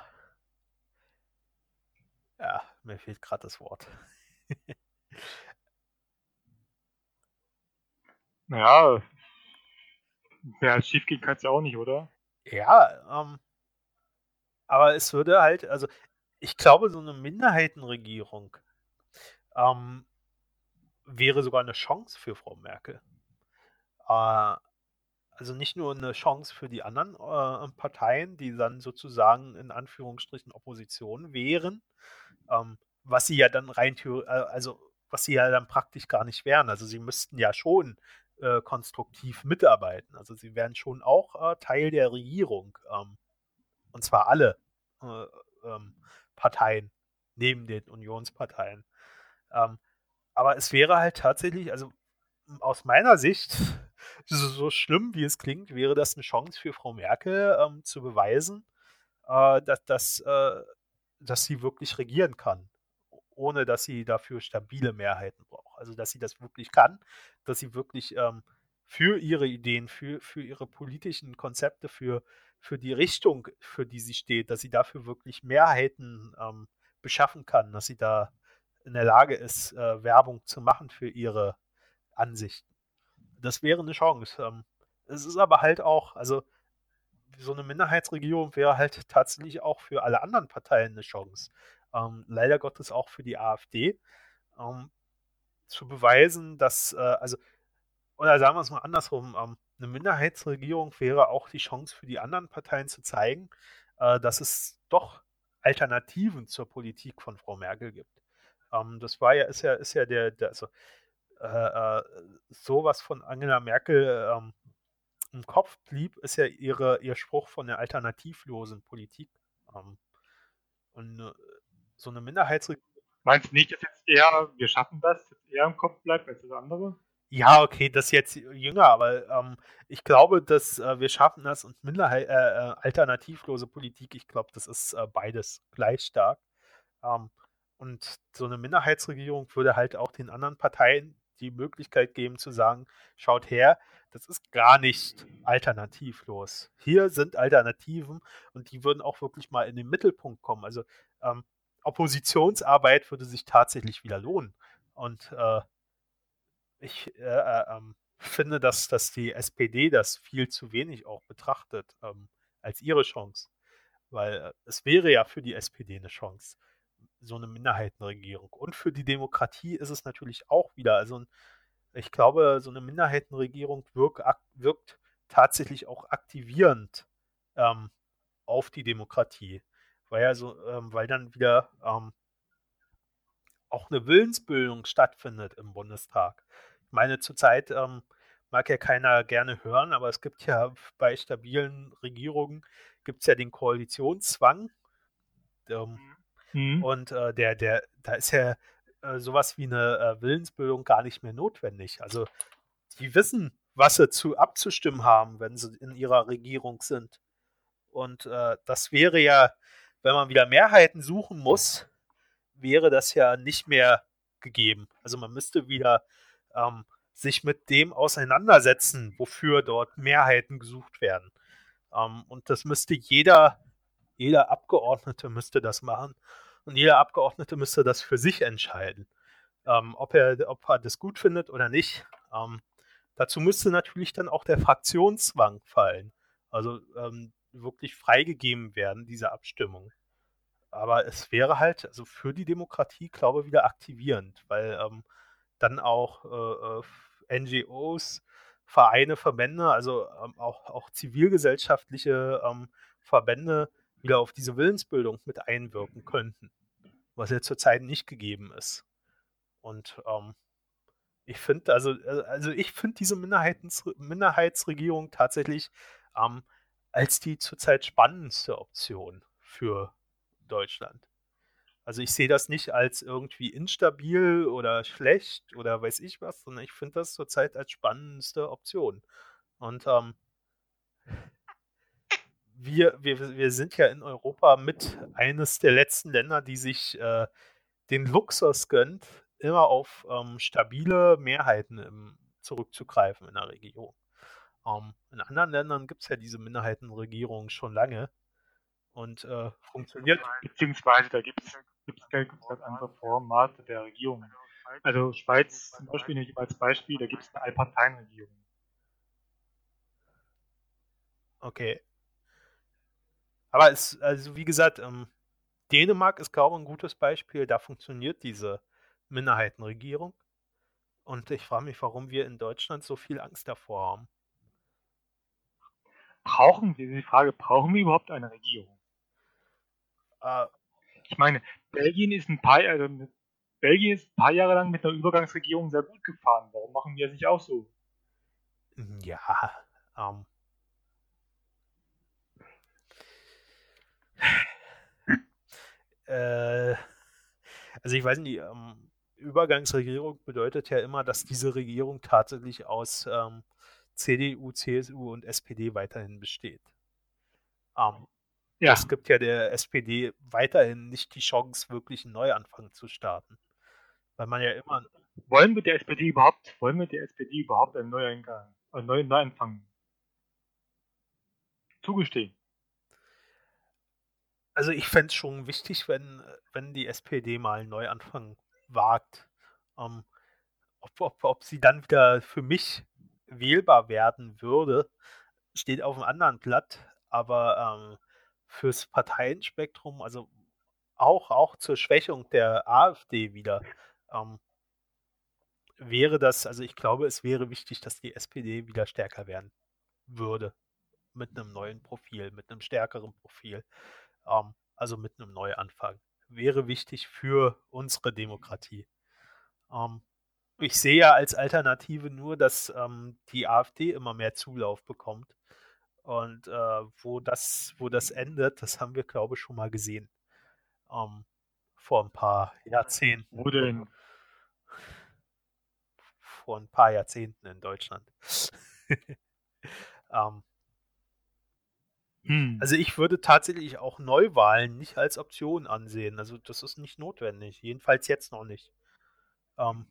ja, mir fehlt gerade das Wort. Naja, ja, schief gehen kann es ja auch nicht, oder? Ja, ähm, aber es würde halt, also ich glaube, so eine Minderheitenregierung ähm, wäre sogar eine Chance für Frau Merkel. Äh, also nicht nur eine Chance für die anderen äh, Parteien, die dann sozusagen in Anführungsstrichen Opposition wären, ähm, was sie ja dann rein, äh, also was sie ja dann praktisch gar nicht wären. Also sie müssten ja schon äh, konstruktiv mitarbeiten. Also sie wären schon auch äh, Teil der Regierung. Ähm, und zwar alle äh, ähm, Parteien neben den Unionsparteien. Ähm, aber es wäre halt tatsächlich, also aus meiner Sicht, so, so schlimm wie es klingt, wäre das eine Chance für Frau Merkel ähm, zu beweisen, äh, dass, dass, äh, dass sie wirklich regieren kann, ohne dass sie dafür stabile Mehrheiten braucht. Also dass sie das wirklich kann, dass sie wirklich ähm, für ihre Ideen, für, für ihre politischen Konzepte, für, für die Richtung, für die sie steht, dass sie dafür wirklich Mehrheiten ähm, beschaffen kann, dass sie da in der Lage ist, äh, Werbung zu machen für ihre Ansichten. Das wäre eine Chance. Ähm, es ist aber halt auch, also so eine Minderheitsregierung wäre halt tatsächlich auch für alle anderen Parteien eine Chance. Ähm, leider Gottes auch für die AfD. Ähm, zu beweisen, dass, äh, also, oder sagen wir es mal andersrum, ähm, eine Minderheitsregierung wäre auch die Chance für die anderen Parteien zu zeigen, äh, dass es doch Alternativen zur Politik von Frau Merkel gibt. Ähm, das war ja, ist ja, ist ja der, der also äh, äh, sowas von Angela Merkel ähm, im Kopf blieb, ist ja ihre, ihr Spruch von der alternativlosen Politik. Ähm, und äh, so eine Minderheitsregierung. Meinst du nicht, dass jetzt eher, wir schaffen das, jetzt eher im Kopf bleibt als das andere? Ja, okay, das ist jetzt jünger, aber ähm, ich glaube, dass äh, wir schaffen das und Minderheit, äh, äh, alternativlose Politik, ich glaube, das ist äh, beides gleich stark. Ähm, und so eine Minderheitsregierung würde halt auch den anderen Parteien die Möglichkeit geben zu sagen, schaut her, das ist gar nicht alternativlos. Hier sind Alternativen und die würden auch wirklich mal in den Mittelpunkt kommen. Also ähm, Oppositionsarbeit würde sich tatsächlich wieder lohnen. Und äh, ich äh, äh, ähm, finde, dass, dass die S P D das viel zu wenig auch betrachtet ähm, als ihre Chance. Weil äh, es wäre ja für die S P D eine Chance, so eine Minderheitenregierung. Und für die Demokratie ist es natürlich auch wieder. Also ich glaube, so eine Minderheitenregierung wirkt, wirkt tatsächlich auch aktivierend ähm, auf die Demokratie. Weil ja so, ähm, weil dann wieder ähm, auch eine Willensbildung stattfindet im Bundestag. Ich meine, zurzeit ähm, mag ja keiner gerne hören, aber es gibt ja bei stabilen Regierungen gibt es ja den Koalitionszwang. Ähm, Mhm. und äh, der, der, da ist ja äh, sowas wie eine äh, Willensbildung gar nicht mehr notwendig. Also die wissen, was sie zu abzustimmen haben, wenn sie in ihrer Regierung sind. Und äh, das wäre ja, wenn man wieder Mehrheiten suchen muss, wäre das ja nicht mehr gegeben. Also man müsste wieder ähm, sich mit dem auseinandersetzen, wofür dort Mehrheiten gesucht werden. Ähm, und das müsste jeder, jeder Abgeordnete müsste das machen. Und jeder Abgeordnete müsste das für sich entscheiden, ähm, ob, er, ob er das gut findet oder nicht. Ähm, dazu müsste natürlich dann auch der Fraktionszwang fallen. Also ähm, wirklich freigegeben werden, diese Abstimmung. Aber es wäre halt, also für die Demokratie, glaube ich, wieder aktivierend, weil ähm, dann auch äh, äh, N G Os, Vereine, Verbände, also ähm, auch, auch zivilgesellschaftliche ähm, Verbände wieder auf diese Willensbildung mit einwirken könnten, was ja zurzeit nicht gegeben ist. Und ähm, ich finde, also, äh, also ich finde diese Minderheitens Minderheitsregierung tatsächlich ähm, als die zurzeit spannendste Option für Deutschland. Also ich sehe das nicht als irgendwie instabil oder schlecht oder weiß ich was, sondern ich finde das zurzeit als spannendste Option. Und ähm, wir, wir, wir sind ja in Europa mit eines der letzten Länder, die sich äh, den Luxus gönnt, immer auf ähm, stabile Mehrheiten im, zurückzugreifen in der Regierung. Ähm, in anderen Ländern gibt es ja diese Minderheitenregierung schon lange und äh, funktioniert. Beziehungsweise da gibt es ganz andere Formate der Regierung. Also Schweiz zum Beispiel nehme ich als Beispiel, da gibt es eine Allparteienregierung. Okay. Aber es, also wie gesagt, ähm, Dänemark ist, glaube ich, ein gutes Beispiel. Da funktioniert diese Minderheitenregierung. Und ich frage mich, warum wir in Deutschland so viel Angst davor haben. Brauchen wir, die Frage, brauchen wir überhaupt eine Regierung? Äh, Ich meine, Belgien ist ein paar, also Belgien ist ein paar Jahre lang mit einer Übergangsregierung sehr gut gefahren. Warum machen wir es nicht auch so? ja, ähm, äh, also ich weiß nicht, ähm, Übergangsregierung bedeutet ja immer, dass diese Regierung tatsächlich aus ähm, C D U, C S U und S P D weiterhin besteht. Ähm, Ja. Das gibt ja der S P D weiterhin nicht die Chance, wirklich einen Neuanfang zu starten. Weil man ja immer. Wollen wir der S P D überhaupt, wollen wir der S P D überhaupt einen Neuanfang, einen neuen Neuanfang zugestehen? Also ich fände es schon wichtig, wenn, wenn die S P D mal einen Neuanfang wagt. Ähm, ob, ob, ob sie dann wieder für mich wählbar werden würde, steht auf einem anderen Blatt. Aber ähm, fürs Parteienspektrum, also auch, auch zur Schwächung der AfD wieder, ähm, wäre das, also ich glaube, es wäre wichtig, dass die S P D wieder stärker werden würde. Mit einem neuen Profil, mit einem stärkeren Profil. Ähm, also mit einem Neuanfang. Wäre wichtig für unsere Demokratie. Ähm, ich sehe ja als Alternative nur, dass ähm, die AfD immer mehr Zulauf bekommt. Und äh, wo, das, wo das endet, das haben wir, glaube ich, schon mal gesehen. Ähm, vor ein paar Jahrzehnten. Wo denn? Vor ein paar Jahrzehnten in Deutschland. ähm, Hm. Also ich würde tatsächlich auch Neuwahlen nicht als Option ansehen. Also das ist nicht notwendig. Jedenfalls jetzt noch nicht. Ähm,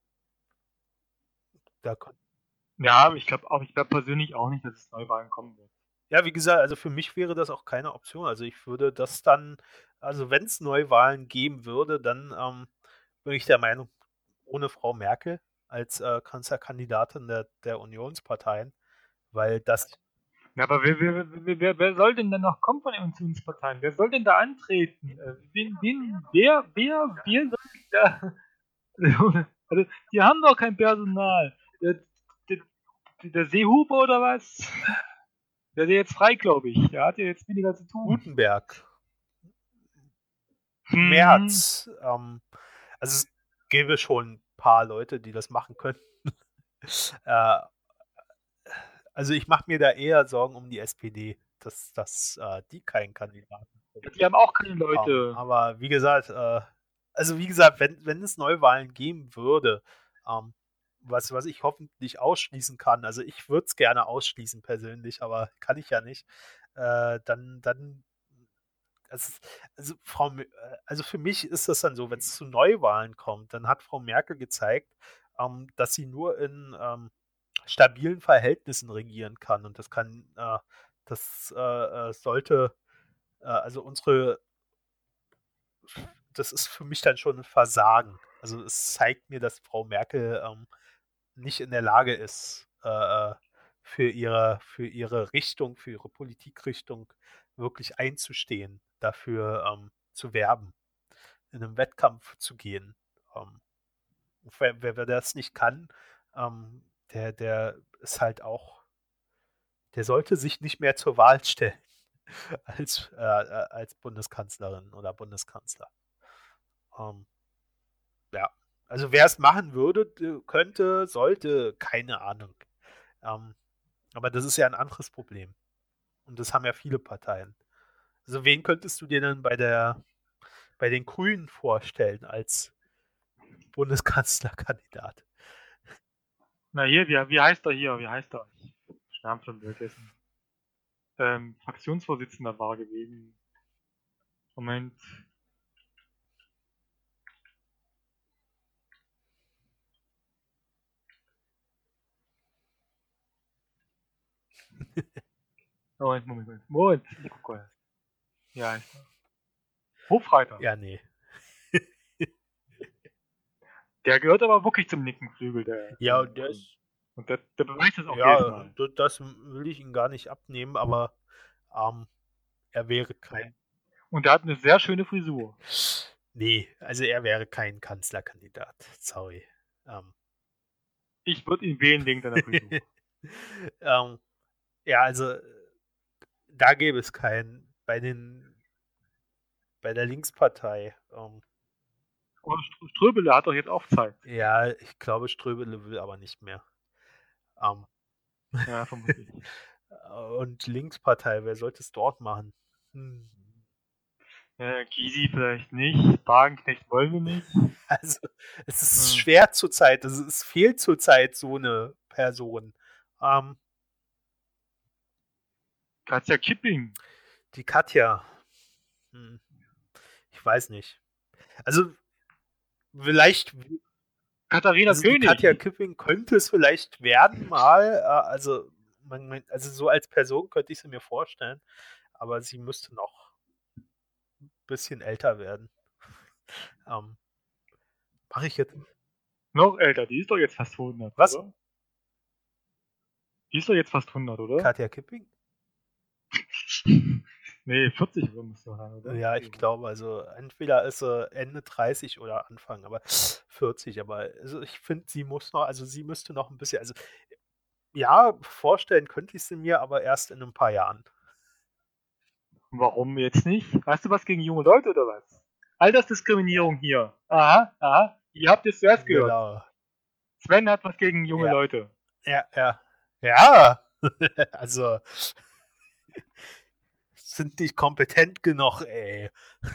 da, Ja, ich glaube auch, ich glaube persönlich auch nicht, dass es Neuwahlen kommen wird. ja, wie gesagt, also für mich wäre das auch keine Option. Also ich würde das dann, also wenn es Neuwahlen geben würde, dann ähm, bin ich der Meinung, ohne Frau Merkel. als äh, Kanzlerkandidatin der, der Unionsparteien, weil das. Ja, aber wer, wer, wer, wer, wer soll denn dann noch kommen von den Unionsparteien? Wer soll denn da antreten? Äh, wen, wen, wer, wer, wer soll da? Also, die haben doch kein Personal. Der, der, der Seehuber oder was? Der ist ja jetzt frei, glaube ich. Der hat ja jetzt weniger zu tun. Gutenberg. Hm. März. Ähm, also es gäbe schon ein paar Leute, die das machen könnten. äh, also ich mache mir da eher Sorgen um die S P D, dass, dass äh, die keinen Kandidaten Ja, die haben auch keine Leute. Ähm, aber wie gesagt, äh, also wie gesagt, wenn, wenn es Neuwahlen geben würde, ähm, was, was ich hoffentlich ausschließen kann, also ich würde es gerne ausschließen persönlich, aber kann ich ja nicht, äh, dann, dann also, also, Frau, Me- äh, also für mich ist das dann so, wenn es zu Neuwahlen kommt, dann hat Frau Merkel gezeigt, ähm, dass sie nur in ähm, stabilen Verhältnissen regieren kann. Und das kann, äh, das äh, äh, sollte, äh, also unsere, das ist für mich dann schon ein Versagen. Also es zeigt mir, dass Frau Merkel ähm, nicht in der Lage ist, äh, für ihre, für ihre Richtung, für ihre Politikrichtung wirklich einzustehen, dafür ähm, zu werben, in einem Wettkampf zu gehen. Ähm, wer, wer, wer das nicht kann, ähm, der, der ist halt auch, der sollte sich nicht mehr zur Wahl stellen als, äh, äh, als Bundeskanzlerin oder Bundeskanzler. Ähm, ja, also wer es machen würde, d- könnte, sollte, keine Ahnung. Ähm, aber das ist ja ein anderes Problem. Und das haben ja viele Parteien. Also wen könntest du dir denn bei der, bei den Grünen vorstellen als Bundeskanzlerkandidat? Na hier, wie, wie heißt er hier? Wie heißt er? Ich hab den Namen schon vergessen. Ähm, Fraktionsvorsitzender war er gewesen. Moment. Moment, Moment, Moment. Moment, ich gucke. Ja, heißt er. Hofreiter. Ja, nee. Der gehört aber wirklich zum linken Flügel der, Ja, der und der Grünen. ist, Und der, der beweist das auch jedes ja, Mal. d- das will ich ihm gar nicht abnehmen, aber ähm, er wäre kein, Und der hat eine sehr schöne Frisur. nee, also er wäre kein Kanzlerkandidat. Sorry. Ähm, Ich würde ihn wählen wegen seiner Frisur. ähm, ja, also da gäbe es keinen. Bei den, bei der Linkspartei. Ähm, Aber Ströbele hat doch jetzt auch Zeit. ja, ich glaube, Ströbele will aber nicht mehr. Ähm, Ja, vermutlich. und Linkspartei, wer sollte es dort machen? Hm. Äh, Gysi vielleicht nicht. Wagenknecht wollen wir nicht. Also, es ist Hm. schwer zurzeit. Also, es fehlt zurzeit so eine Person. Ähm, Katja Kipping. die Katja. Hm, ich weiß nicht. Also, vielleicht, Katharina also die König. Katja Kipping könnte es vielleicht werden mal. Äh, also, man, man, also so als Person könnte ich sie mir vorstellen. Aber sie müsste noch ein bisschen älter werden. Ähm, Mache ich jetzt. Noch älter. Die ist doch jetzt fast hundert, Was? oder? Die ist doch jetzt fast hundert, oder? Katja Kipping? Nee, vierzig muss doch sein, oder? Ja, ich glaube, also entweder ist sie Ende dreißig oder Anfang, aber vierzig. Aber also ich finde, sie muss noch, also sie müsste noch ein bisschen, also ja, vorstellen könnte ich sie mir, aber erst in ein paar Jahren. Warum jetzt nicht? Hast du was gegen junge Leute oder was? Altersdiskriminierung hier. Aha, aha. Ihr habt es zuerst gehört. Genau. Sven hat was gegen junge Ja. Leute. Ja, ja. Ja. Also sind nicht kompetent genug, ey.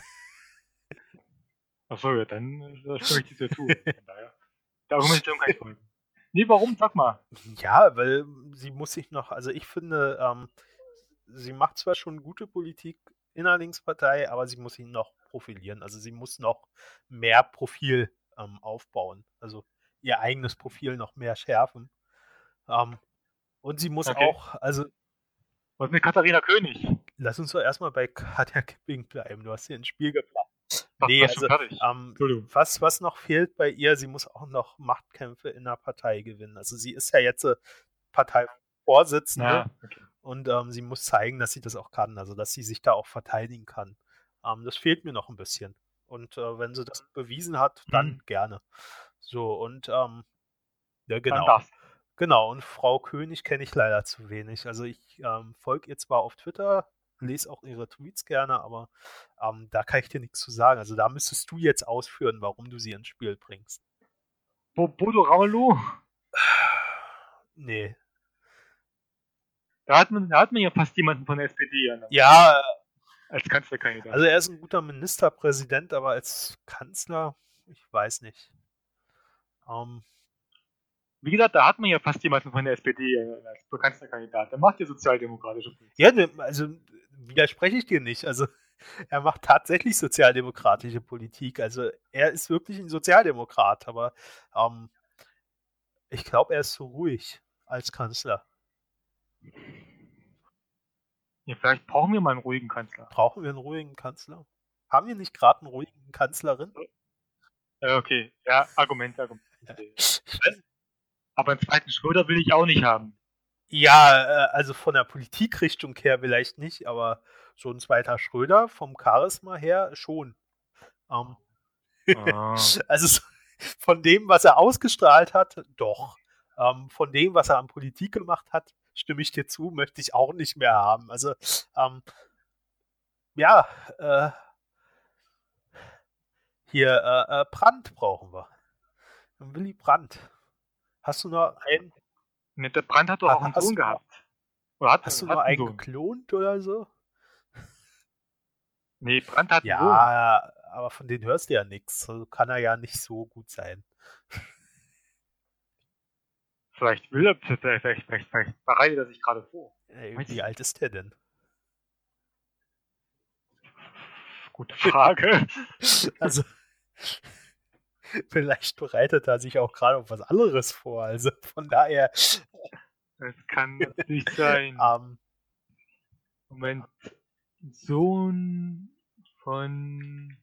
Achso, ja, dann äh, stimme ich dir zu. Von daher. Der Argumentation kann ich folgen. Nee, warum? Sag mal. Ja, weil sie muss sich noch, also ich finde, ähm, sie macht zwar schon gute Politik in der Linkspartei, aber sie muss sich noch profilieren. Also sie muss noch mehr Profil ähm, aufbauen. Also ihr eigenes Profil noch mehr schärfen. Ähm, und sie muss Okay. auch, also Was mit Katharina König? lass uns doch erstmal bei Katja Kipping bleiben. Du hast hier ins Spiel gebracht. Fast, Nee, fast schon also fertig. ähm, Entschuldigung. was, was noch fehlt bei ihr, sie muss auch noch Machtkämpfe in der Partei gewinnen. Also sie ist ja jetzt äh, Parteivorsitzende Ja, okay. und ähm, sie muss zeigen, dass sie das auch kann, also dass sie sich da auch verteidigen kann. Ähm, das fehlt mir noch ein bisschen. Und äh, wenn sie das bewiesen hat, dann Hm. gerne. So, und ähm, ja, Dann genau. das. Genau, und Frau König kenne ich leider zu wenig. Also ich ähm, folge ihr zwar auf Twitter, lese auch ihre Tweets gerne, aber ähm, da kann ich dir nichts zu sagen. Also da müsstest du jetzt ausführen, warum du sie ins Spiel bringst. Bo Bodo Ramelow, Nee. da hat man, da hat man ja fast jemanden von der S P D an der- Ja, als Kanzlerkandidat. also er ist ein guter Ministerpräsident, aber als Kanzler, ich weiß nicht. Ähm, Wie gesagt, da hat man ja fast jemanden von der S P D als Kanzlerkandidat. Der macht ja sozialdemokratische Politik. ja, ne, also widerspreche ich dir nicht. Also er macht tatsächlich sozialdemokratische Politik. Also er ist wirklich ein Sozialdemokrat, aber ähm, ich glaube, er ist zu ruhig als Kanzler. Ja, vielleicht brauchen wir mal einen ruhigen Kanzler. Brauchen wir einen ruhigen Kanzler? Haben wir nicht gerade einen ruhigen Kanzlerin? Ja, okay. Ja, Argument, Argument. Aber einen zweiten Schröder will ich auch nicht haben. Ja, äh, also von der Politikrichtung her vielleicht nicht, aber so ein zweiter Schröder vom Charisma her schon. Ähm, Ah. also so, von dem, was er ausgestrahlt hat, doch. Ähm, von dem, was er an Politik gemacht hat, stimme ich dir zu, möchte ich auch nicht mehr haben. Also ähm, ja, äh, hier äh, äh, Brandt brauchen wir. Willy Brandt. Hast du noch einen? Ne, der Brandt hat doch auch einen Hast Sohn du noch, gehabt. Oder hat, hast du hat noch einen einen Sohn. geklont oder so? Nee, Brandt hat einen Sohn. Ja, aber von denen hörst du ja nichts. Also kann er ja nicht so gut sein. Vielleicht will er, vielleicht, vielleicht, vielleicht, vielleicht bereitet er sich gerade vor. Ey, Weiß ich wie alt ist der denn? Gute Frage. Also, vielleicht bereitet er sich auch gerade auf was anderes vor. Also von daher. Das kann natürlich sein. Ähm, Moment. Sohn von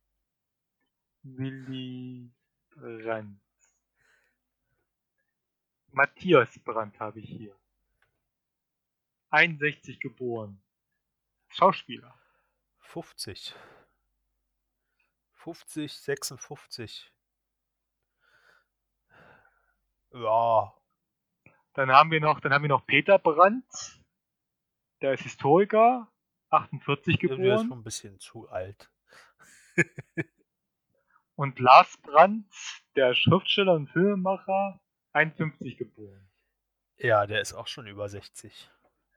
Willy Brandt. Matthias Brandt habe ich hier. einundsechzig geboren. Schauspieler. fünfzig. fünfzig, sechsundfünfzig. Ja. Dann haben wir noch, dann haben wir noch Peter Brandt. Der ist Historiker. achtundvierzig Der ist geboren. schon ein bisschen zu alt. Und Lars Brandt, der Schriftsteller und Filmemacher, einundfünfzig geboren. Ja, der ist auch schon über sechzig.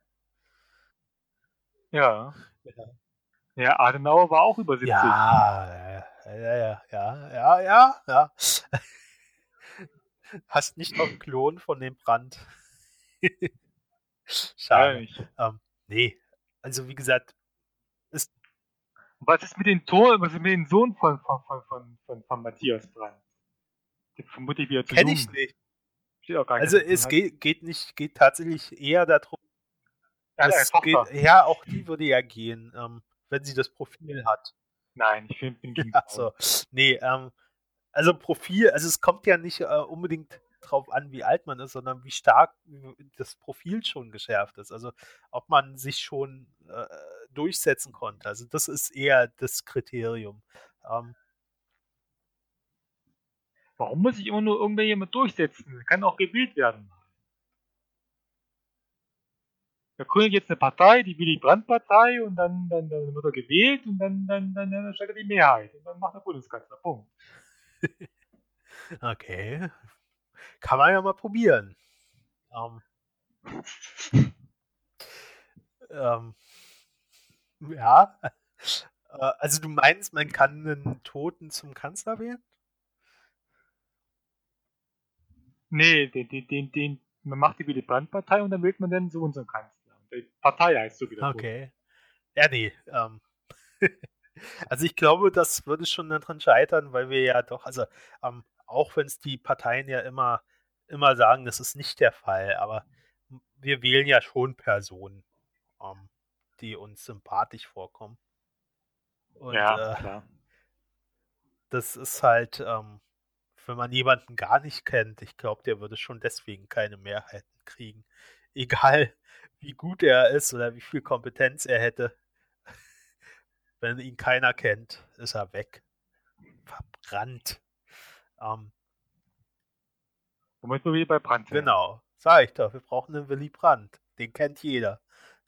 Ja. Ja. Ja, Adenauer war auch über siebzig. Ja, ja, ja, ja, ja, ja, ja. Hast nicht noch einen Klon von dem Brand. Schade. Ja, ähm, nee, also wie gesagt, ist. Was ist mit dem Tor, was ist mit dem Sohn von, von, von, von, von, von Matthias Brandt? Der vermutlich wieder zu Kenn jung. ich nicht. Steht auch gar nicht, Also dass er es hat. geht, geht nicht, geht tatsächlich eher darum, Er hat eine es Tochter. geht, ja, auch die würde ja gehen, ähm, wenn sie das Profil hat. Nein, ich find, bin gegen Achso, nee, ähm, also Profil, also es kommt ja nicht äh, unbedingt drauf an, wie alt man ist, sondern wie stark das Profil schon geschärft ist. Also ob man sich schon äh, durchsetzen konnte. Also das ist eher das Kriterium. Ähm, Warum muss ich immer nur irgendjemand durchsetzen? Kann auch gewählt werden. Da gründet jetzt eine Partei, die Willy Brandt-Partei, und dann, dann, dann wird er gewählt und dann, dann, dann, dann stellt er die Mehrheit. Und dann macht er Bundeskanzler. Punkt. okay. Kann man ja mal probieren. Ähm, ähm, ja. Äh, also du meinst, man kann einen Toten zum Kanzler wählen? Nee, den, den, den, den, man macht die Willy Brandt-Partei und dann wählt man dann so unseren Kanzler. Die Partei heißt so wieder. Okay. Ja, nee. Ähm, also ich glaube, das würde schon daran scheitern, weil wir ja doch, also ähm, auch wenn es die Parteien ja immer, immer sagen, das ist nicht der Fall, aber wir wählen ja schon Personen, ähm, die uns sympathisch vorkommen. Und Ja, äh, klar. das ist halt, ähm, wenn man jemanden gar nicht kennt, ich glaube, der würde schon deswegen keine Mehrheiten kriegen. Egal, wie gut er ist oder wie viel Kompetenz er hätte. Wenn ihn keiner kennt, ist er weg. Verbrannt. Ähm, Womit wir wieder bei Brand wären. genau, sag ich doch, wir brauchen einen Willy Brandt. Den kennt jeder.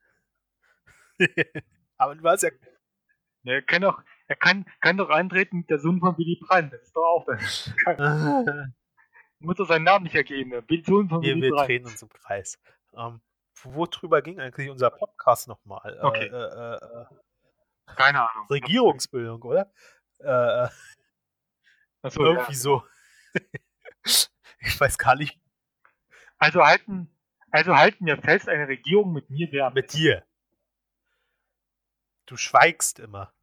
Aber du hast ja. Ja, er kann doch, er kann, kann doch antreten mit der Sohn von Willy Brandt. Das ist doch auch das. Muss doch seinen Namen nicht ergeben. Der Sohn von wir, Willy wir Brandt. drehen uns im Kreis. Ähm, worüber ging eigentlich unser Podcast nochmal? Okay. Äh, äh, äh, Keine Ahnung. Regierungsbildung, oder? Äh, Achso, irgendwie ja, so. Ich weiß gar nicht. Also halten, also halten wir fest, eine Regierung mit mir wäre am Mit besten. dir. Du schweigst immer.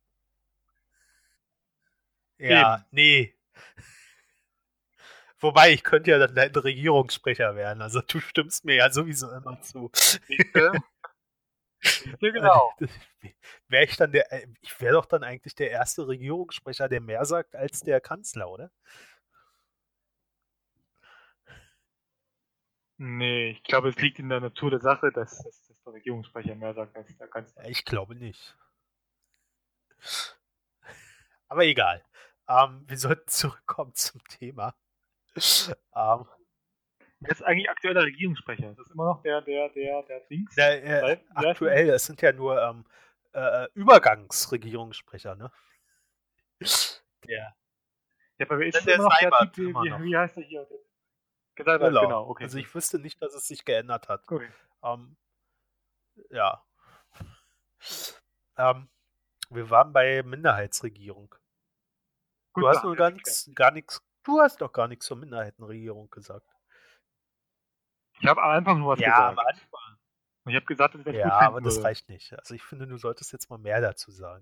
Ja, Eben. nee. Wobei, ich könnte ja dann dein Regierungssprecher werden. Also du stimmst mir ja sowieso immer zu. Siehste? Siehste, genau. Wäre ich dann der, ich wäre doch dann eigentlich der erste Regierungssprecher, der mehr sagt als der Kanzler, oder? Nee, ich glaube, es liegt in der Natur der Sache, dass, dass, dass der Regierungssprecher mehr sagt als der Kanzler. Ich glaube nicht. Aber egal. Ähm, wir sollten zurückkommen zum Thema. Ähm, Wer ist eigentlich aktueller Regierungssprecher? Das ist immer noch der, der, der, der Dings? der, äh, Wie heißt der? aktuell, es sind ja nur ähm, äh, Übergangsregierungssprecher, ne? Der, Ja, aber wer ist der immer noch der Seibert Typ, wie, immer wie, noch. wie heißt der hier? Gesagt, Genau. genau, okay. Also ich wüsste nicht, dass es sich geändert hat. Okay. Ähm, ja. Ähm, wir waren bei Minderheitsregierung. Gut, Du hast machen nur wir gar das nichts, gar nichts, du hast doch gar nichts zur Minderheitenregierung gesagt. Ich habe am Anfang nur was Ja, gesagt. am Anfang. Und ich habe gesagt, dass ich das Ja, gut finden aber das würde. reicht nicht. Also ich finde, du solltest jetzt mal mehr dazu sagen.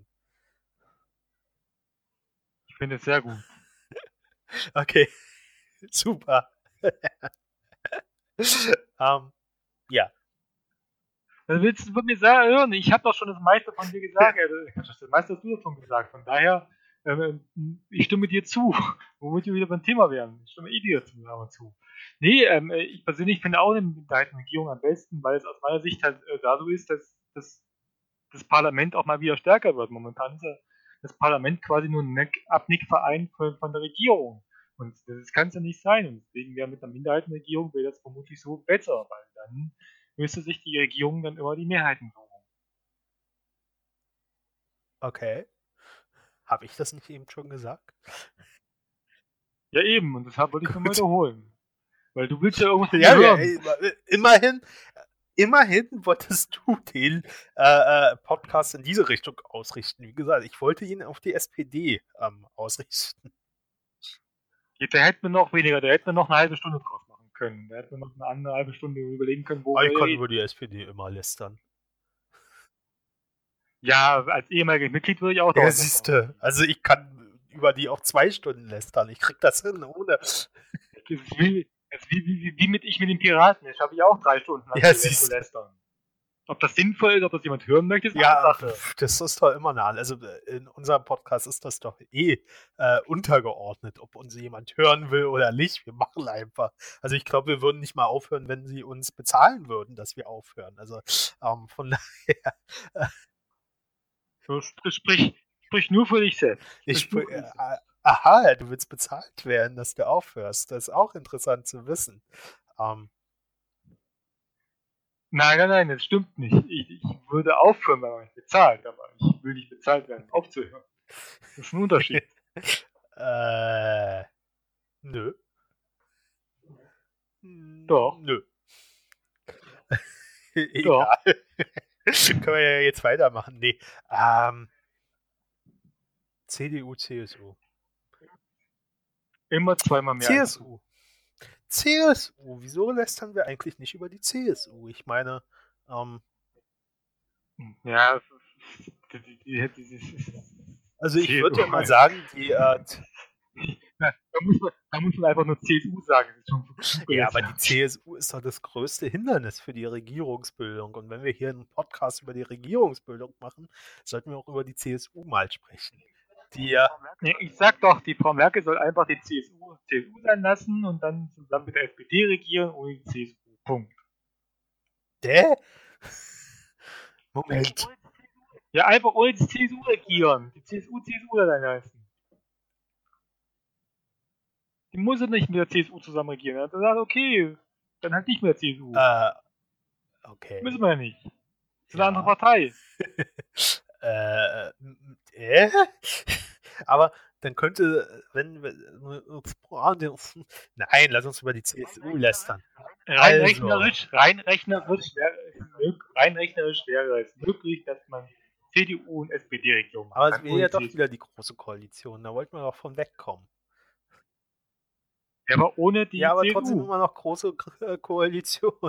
Ich finde es sehr gut. Okay, super. ähm, ja. Was willst du von mir sagen? Hören? Ich habe doch schon das meiste von dir gesagt. Also, das meiste hast du davon gesagt. Von daher, ähm, ich stimme dir zu. Womit wir wieder beim Thema wären. Ich stimme eh dir zu, aber zu. Nee, ähm, ich persönlich finde auch eine Minderheitenregierung am besten, weil es aus meiner Sicht halt äh, da so ist, dass, dass das Parlament auch mal wieder stärker wird. Momentan ist ja das Parlament quasi nur ein Abnickverein von, von der Regierung. Und das kann es ja nicht sein. Und deswegen wäre mit einer Minderheitenregierung wäre das vermutlich so besser, weil dann müsste sich die Regierung dann immer die Mehrheiten suchen. Okay. Habe ich das nicht eben schon gesagt? Ja eben, und deshalb wollte ich es nochmal wiederholen. Weil du willst ja irgendwas von ja, mir hören. Ja, immerhin, immerhin wolltest du den äh, äh, Podcast in diese Richtung ausrichten. Wie gesagt, ich wollte ihn auf die S P D ähm, ausrichten. Jetzt, da hätten wir noch weniger, da hätten wir noch eine halbe Stunde draus machen können. Da hätten wir noch eine andere halbe Stunde überlegen können, wo Aber wir ich kann über die S P D immer lästern. Ja, als ehemaliges Mitglied würde ich auch Ja, siehst du. Also ich kann über die auch zwei Stunden lästern. Ich krieg das hin, ohne. Das ist wie, das ist wie, wie, wie mit ich mit den Piraten. Ich habe ich auch drei Stunden lang Ja, zu siehst du. lästern. Ob das sinnvoll ist, ob das jemand hören möchte, ist Ja, eine Sache. pf, das ist doch immer nah. Also in unserem Podcast ist das doch eh äh, untergeordnet, ob uns jemand hören will oder nicht. Wir machen einfach. Also ich glaube, wir würden nicht mal aufhören, wenn sie uns bezahlen würden, dass wir aufhören. Also ähm, von daher. Äh, So, sprich, sprich nur für dich selbst. ich Sprich äh, aha, du willst bezahlt werden, dass du aufhörst. Das ist auch interessant zu wissen. Ähm, Nein, nein, nein, das stimmt nicht. Ich, ich würde aufhören, wenn man mich bezahlt, aber ich will nicht bezahlt werden, aufzuhören. Das ist ein Unterschied. äh, nö. Doch. Nö. Egal. Können wir ja jetzt weitermachen. Nee. Ähm, C D U, C S U. Immer zweimal mehr. C S U. C S U. Wieso lästern wir eigentlich nicht über die C S U? Ich meine, ähm, ja, also ich würde ja mal sagen, die äh, da, muss man, da muss man einfach nur C S U sagen. Ja, aber die C S U ist doch das größte Hindernis für die Regierungsbildung. Und wenn wir hier einen Podcast über die Regierungsbildung machen, sollten wir auch über die C S U mal sprechen. die ja, Nee, ich sag doch, die Frau Merkel soll einfach die C S U, C S U sein lassen und dann zusammen mit der F D P regieren ohne die C S U. Punkt. der? Moment. Ja, einfach ohne die C S U regieren. Die C S U, C S U sein lassen. Die muss ja nicht mit der C S U zusammen regieren. Er hat gesagt, okay, dann halt nicht mit der C S U. Äh, okay. Müssen wir ja nicht. Das ist eine Ja. andere Partei. äh, äh? Aber dann könnte, wenn, nein, lass uns über die C S U lästern. Rein Also. rechnerisch, rein rechnerisch, wäre, rein rechnerisch wäre es möglich, dass man C D U und S P D-Regierung macht. Aber es wäre ja doch wieder die große Koalition, da wollten wir doch von wegkommen. Ja, aber ohne die Ja, aber C S U. trotzdem immer noch große Ko- Koalition.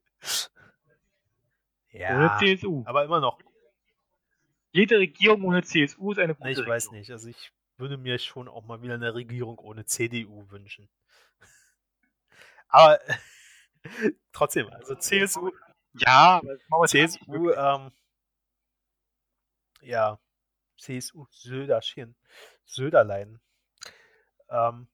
Ja, ohne C S U. aber immer noch. Jede Regierung ohne C S U ist eine gute Ne, ich Regierung. weiß nicht. Also ich würde mir schon auch mal wieder eine Regierung ohne C D U wünschen. Aber trotzdem, also C S U. Ja, aber das machen wir C S nicht U, wirklich. ähm, ja, C S U, Söderchen, Söderlein. Ähm,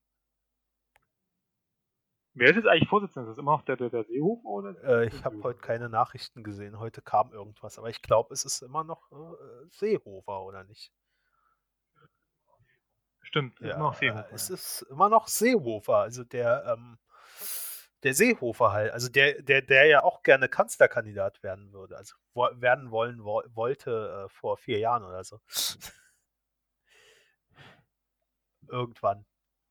Wer ist jetzt eigentlich Vorsitzender? Ist das immer noch der, der, der Seehofer? Oder? äh, ich habe heute keine Nachrichten gesehen. Heute kam irgendwas. Aber ich glaube, es ist immer noch äh, Seehofer, oder nicht? Stimmt, ist Ja, immer noch Seehofer. äh, es ist immer noch Seehofer. Also der, ähm, der Seehofer halt. Also der, der, der ja auch gerne Kanzlerkandidat werden würde. Also wo, werden wollen wo, wollte äh, vor vier Jahren oder so. Irgendwann.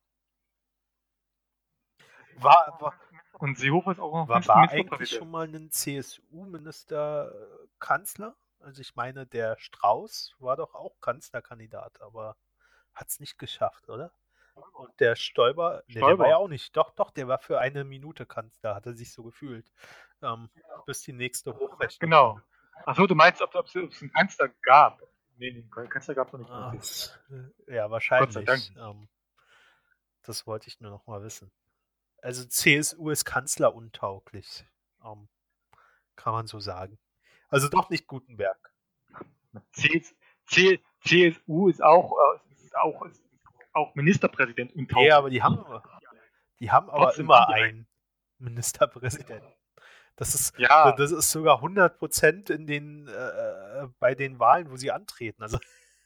War, war, Und Seehofer ist auch noch war, war eigentlich schon mal ein C S U-Minister äh, Kanzler? Also ich meine, der Strauß war doch auch Kanzlerkandidat, aber hat es nicht geschafft, oder? Und der Stoiber, ne, der war ja auch nicht. Doch, doch, der war für eine Minute Kanzler, hat er sich so gefühlt. Ähm, bis die nächste Hochrechnung. Genau. Achso, du meinst, ob es einen Kanzler gab? Nee, den Kanzler gab es noch nicht. Ah, ja, wahrscheinlich. Gott sei Dank. Ähm, das wollte ich nur noch mal wissen. Also C S U ist kanzleruntauglich. Ähm, kann man so sagen. Also doch nicht Gutenberg. C C C S U ist auch, äh, ist auch, ist auch Ministerpräsident untauglich. Ja, aber die haben, die haben aber Trotzdem immer haben die einen Ministerpräsidenten. Das ist, Ja. das ist sogar hundert Prozent in den, äh, bei den Wahlen, wo sie antreten. Also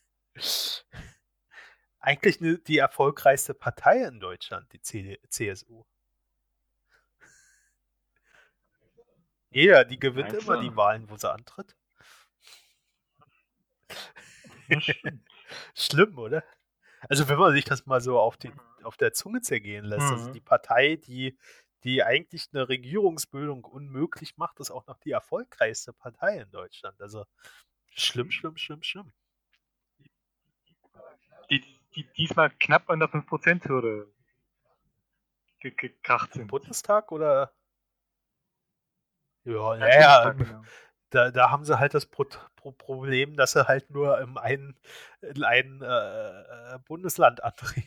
eigentlich ne, die erfolgreichste Partei in Deutschland, die C S U. Ja, die gewinnt Meinst immer du? die Wahlen, wo sie antritt. Schlimm, oder? Also wenn man sich das mal so auf, die, auf der Zunge zergehen lässt, Mhm. also die Partei, die, die eigentlich eine Regierungsbildung unmöglich macht, ist auch noch die erfolgreichste Partei in Deutschland. Also schlimm, schlimm, schlimm, schlimm. Die, die diesmal knapp an der fünf Prozent Hürde ge gekracht sind. Im Bundestag oder? Ja, Ja, naja, Bundestag, genau. da, da haben sie halt das Pro Pro Problem, dass sie halt nur im einen, in einem äh, Bundesland antreten.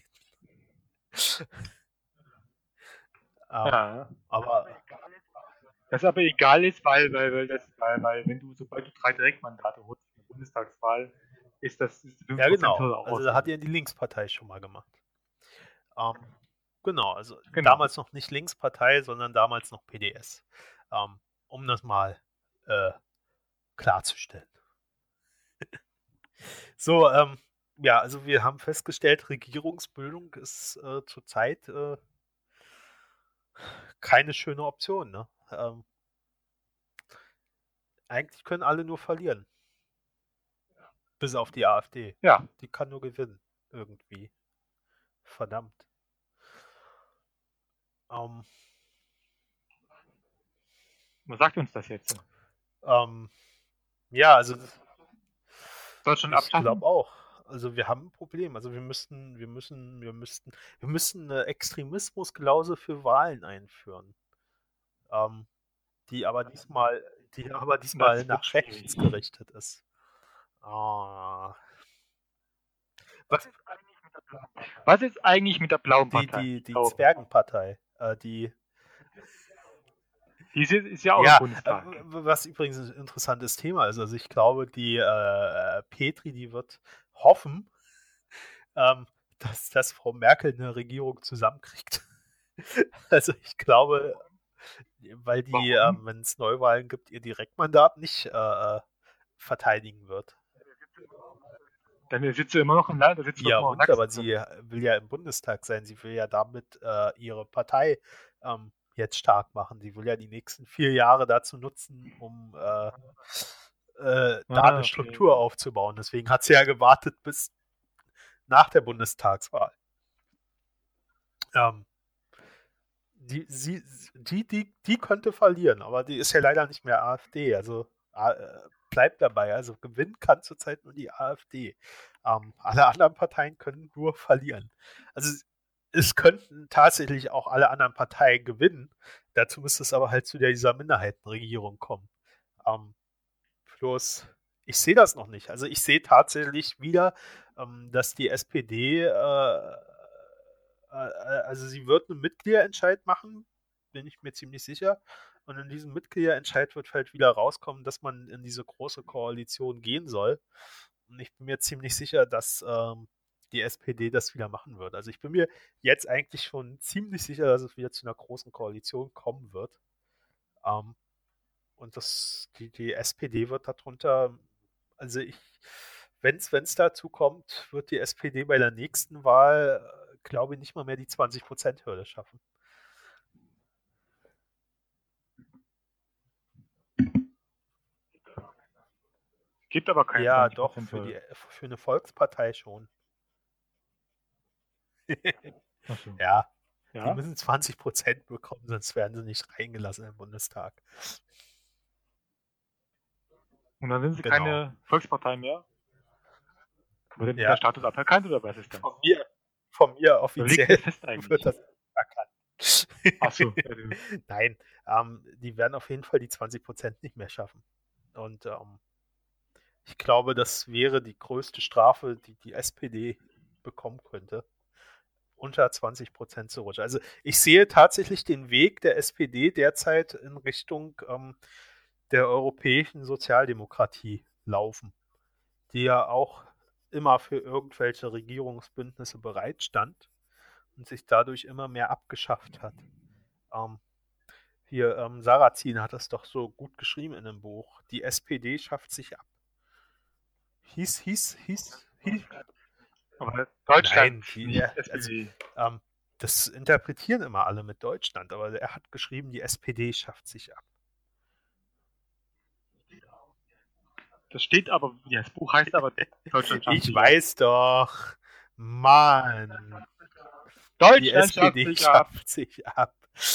ähm, Ja. Aber Das aber egal ist, weil, weil, weil, das, weil, weil wenn du, sobald du drei Direktmandate holst in der Bundestagswahl, ist das ist fünf Prozent ja, genau. Hürde auch Also da hat ja die Linkspartei schon mal gemacht. Ähm, genau, also Genau. damals noch nicht Linkspartei, sondern damals noch P D S. Ähm, um das mal äh, klarzustellen. So, ähm, ja, also wir haben festgestellt, Regierungsbildung ist äh, zurzeit äh, keine schöne Option. Ne? Ähm, eigentlich können alle nur verlieren. Bis auf die AfD. Ja. Die kann nur gewinnen. Irgendwie. Verdammt. Ähm, Was sagt uns das jetzt? ähm, ja, also Deutschland ich abschaffen? glaube auch. Also wir haben ein Problem. Also wir müssten, wir müssen, wir müssten, wir müssen eine Extremismusklausel für Wahlen einführen. Ähm, die aber diesmal, die aber diesmal Das nach wird schwierig. rechts gerichtet ist. Ah. Was, Was ist eigentlich mit der blauen die, Partei? die, die Oh. Zwergenpartei. Äh, die Die ist, ist ja auch ja, im Bundestag. äh, was übrigens ein interessantes Thema ist. Also ich glaube, die äh, Petri, die wird hoffen, ähm, dass, dass Frau Merkel eine Regierung zusammenkriegt. Also ich glaube, weil die, ähm, wenn es Neuwahlen gibt, ihr Direktmandat nicht äh, verteidigen wird. Dann sitzt sie immer noch in Land, da sitzt Ja doch noch in und, aber Sachsen. sie will ja im Bundestag sein. Sie will ja damit äh, ihre Partei ähm, jetzt stark machen. Sie will ja die nächsten vier Jahre dazu nutzen, um äh, äh, da Ah, eine okay. Struktur aufzubauen. Deswegen hat sie ja gewartet bis nach der Bundestagswahl. Ähm, die, sie, die, die, die könnte verlieren, aber die ist ja leider nicht mehr AfD. Also äh, bleibt dabei. Also gewinnen kann zurzeit nur die AfD. Ähm, alle anderen Parteien können nur verlieren. Also es könnten tatsächlich auch alle anderen Parteien gewinnen. Dazu müsste es aber halt zu dieser Minderheitenregierung kommen. Ähm, bloß, ich sehe das noch nicht. Also ich sehe tatsächlich wieder, ähm, dass die S P D, äh, äh, also sie wird einen Mitgliederentscheid machen, bin ich mir ziemlich sicher. Und in diesem Mitgliederentscheid wird halt wieder rauskommen, dass man in diese große Koalition gehen soll. Und ich bin mir ziemlich sicher, dass ähm, die S P D das wieder machen wird. Also ich bin mir jetzt eigentlich schon ziemlich sicher, dass es wieder zu einer großen Koalition kommen wird. Ähm, und das, die, die S P D wird darunter, also ich, wenn es dazu kommt, wird die S P D bei der nächsten Wahl, äh, glaube ich, nicht mal mehr die zwanzig Prozent Hürde schaffen. Gibt aber keine Ja, zwanzig doch, Prozent für, die, Hürde. für eine Volkspartei schon. Ach so. Ja, die Ja? müssen zwanzig Prozent bekommen, sonst werden sie nicht reingelassen im Bundestag. Und dann sind sie Genau. keine Volkspartei mehr? Wird Ja. der Status aberkannt oder was ist das? Von mir, von mir Da liegt offiziell das fest eigentlich. wird das erkannt. Ach so. Nein, ähm, die werden auf jeden Fall die zwanzig Prozent nicht mehr schaffen. Und ähm, ich glaube, das wäre die größte Strafe, die die S P D bekommen könnte, unter zwanzig Prozent zu rutschen. Also ich sehe tatsächlich den Weg der S P D derzeit in Richtung ähm, der europäischen Sozialdemokratie laufen, die ja auch immer für irgendwelche Regierungsbündnisse bereitstand und sich dadurch immer mehr abgeschafft hat. Ähm, hier, ähm, Sarrazin hat das doch so gut geschrieben in dem Buch. Die S P D schafft sich ab. Hieß, hieß, hieß, hieß. Aber Deutschland, Nein, die, nicht ja, S P D. also, ähm, das interpretieren immer alle mit Deutschland, aber er hat geschrieben, die S P D schafft sich ab. Das steht aber, ja, das Buch heißt aber Deutschland schafft Ich sich weiß ab. doch, Mann. Deutschland Die S P D schafft sich schafft ab. sich ab.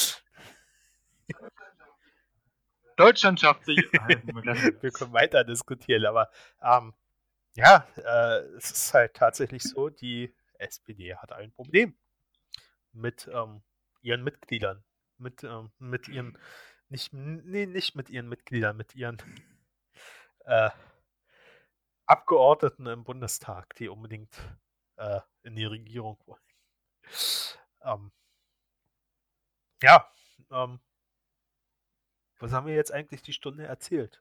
Deutschland schafft sich Wir können weiter diskutieren, aber ähm, ja, äh, es ist halt tatsächlich so, die S P D hat ein Problem mit ähm, ihren Mitgliedern. Mit, ähm, mit ihren, nicht, nee, nicht mit ihren Mitgliedern, mit ihren äh, Abgeordneten im Bundestag, die unbedingt äh, in die Regierung wollen. Ähm, ja, ähm, was haben wir jetzt eigentlich die Stunde erzählt?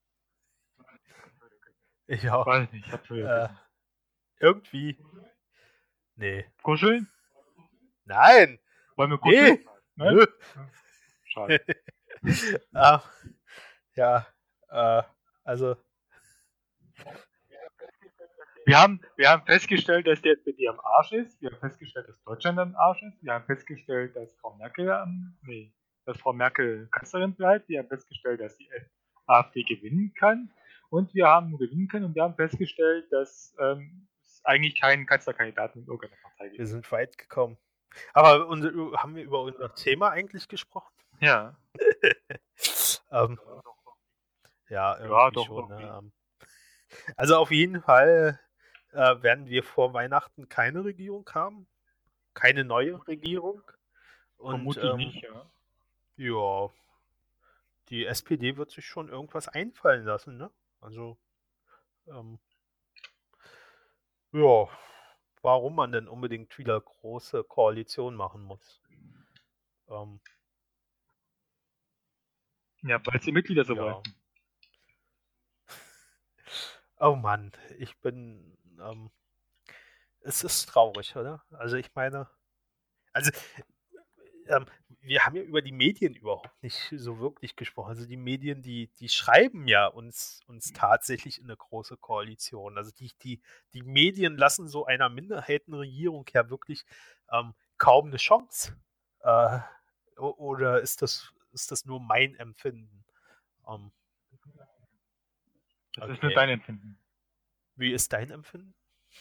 Ich auch. Weiß nicht, ich hab's Äh, irgendwie. Nee. Kuscheln? Nein! Wollen wir kuscheln? Nee! Ne? Schade. ah, ja, äh, also. Wir haben, wir haben festgestellt, dass die S P D am Arsch ist. Wir haben festgestellt, dass Deutschland am Arsch ist. Wir haben festgestellt, dass Frau Merkel am, nee, dass Frau Merkel Kanzlerin bleibt. Wir haben festgestellt, dass die AfD gewinnen kann. Und wir haben nur gewinnen können und wir haben festgestellt, dass ähm, es eigentlich keinen Kanzlerkandidaten in irgendeiner Partei gibt. Wir sind weit gekommen. Aber unser, haben wir über unser Thema eigentlich gesprochen? Ja. ähm, ja, irgendwie ja, doch, schon. irgendwie. Ne? Also auf jeden Fall äh, werden wir vor Weihnachten keine Regierung haben. Keine neue Regierung. Und, Vermutlich ähm, nicht, ja. Ja, die S P D wird sich schon irgendwas einfallen lassen, ne? Also, ähm, ja, warum man denn unbedingt wieder große Koalition machen muss. Ähm, ja, weil es die Mitglieder so ja. wollen. Oh Mann, ich bin, ähm, es ist traurig, oder? Also ich meine, also ähm, wir haben ja über die Medien überhaupt nicht so wirklich gesprochen. Also die Medien, die, die schreiben ja uns, uns tatsächlich in eine große Koalition. Also die, die, die Medien lassen so einer Minderheitenregierung ja wirklich ähm, kaum eine Chance. Äh, o- oder ist das, ist das nur mein Empfinden? Ähm, Das ist nur okay. dein Empfinden. Wie ist dein Empfinden?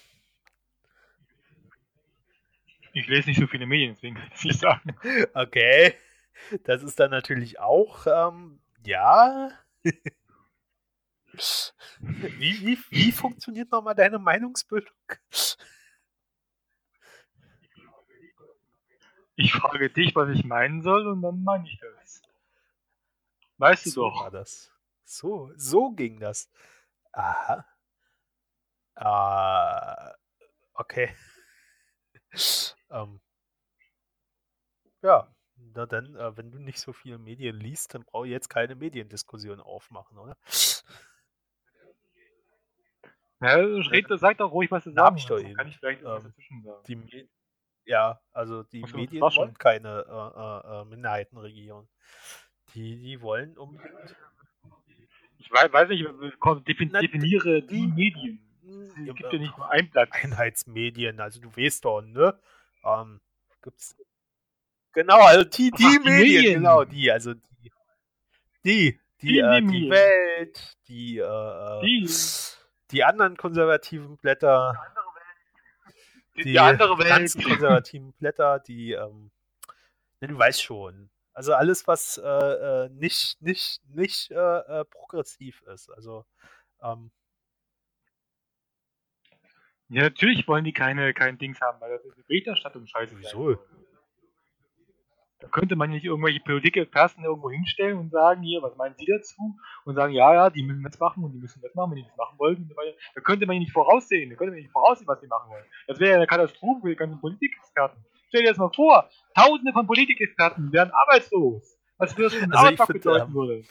Ich lese nicht so viele Medien, deswegen kann ich es nicht sagen. Okay. Das ist dann natürlich auch, ähm, ja. Wie, wie, wie funktioniert nochmal deine Meinungsbildung? Ich frage dich, was ich meinen soll, und dann meine ich das. Weißt du So war doch. das. So, so ging das. Aha. Äh, okay. ähm, ja, na dann, äh, wenn du nicht so viele Medien liest, dann brauche ich jetzt keine Mediendiskussion aufmachen, oder? Ja, red, sag doch ruhig, was du Na, hab sagen ich doch willst. Dann eben. kann ich vielleicht irgendwas Ähm, dazwischen sagen. die Me ja, also die Achso, das Medien war's schon. wollen keine äh, äh, äh, Minderheitenregierung. Die, die wollen unbedingt. Ich weiß, weiß nicht, komm, Na, definiere die die Medien. hm, Es ja, gibt äh, ja nicht nur ein Blatt. Einheitsmedien, also du weißt doch, ne? Ähm, gibt's. Genau, also die, Ach, die die Medien, genau, Medien. die, also die, die, die, Die, die äh, die Medien. Welt, die, äh, äh, Die. die anderen konservativen Blätter, Die, die die andere Welt. ganzen konservativen Blätter, die, ähm, ne, du weißt schon. Also alles, was äh, äh, nicht, nicht, nicht äh, äh, progressiv ist. Also, ähm, Ja, natürlich wollen die keine, kein Dings haben, weil das die Berichterstattung scheiße sein wieso? soll. Da könnte man nicht irgendwelche Politikexperten irgendwo hinstellen und sagen, hier, was meinen Sie dazu? Und sagen, ja, ja, die müssen das machen und die müssen das machen, wenn die das machen wollten. Da könnte man nicht voraussehen, da könnte man nicht voraussehen, was die machen wollen. Das wäre ja eine Katastrophe für die ganzen Politikexperten. Stell dir das mal vor, tausende von Politikexperten wären arbeitslos. Was das für einen Also ich Arbeitstag finde, bedeuten ähm, würde.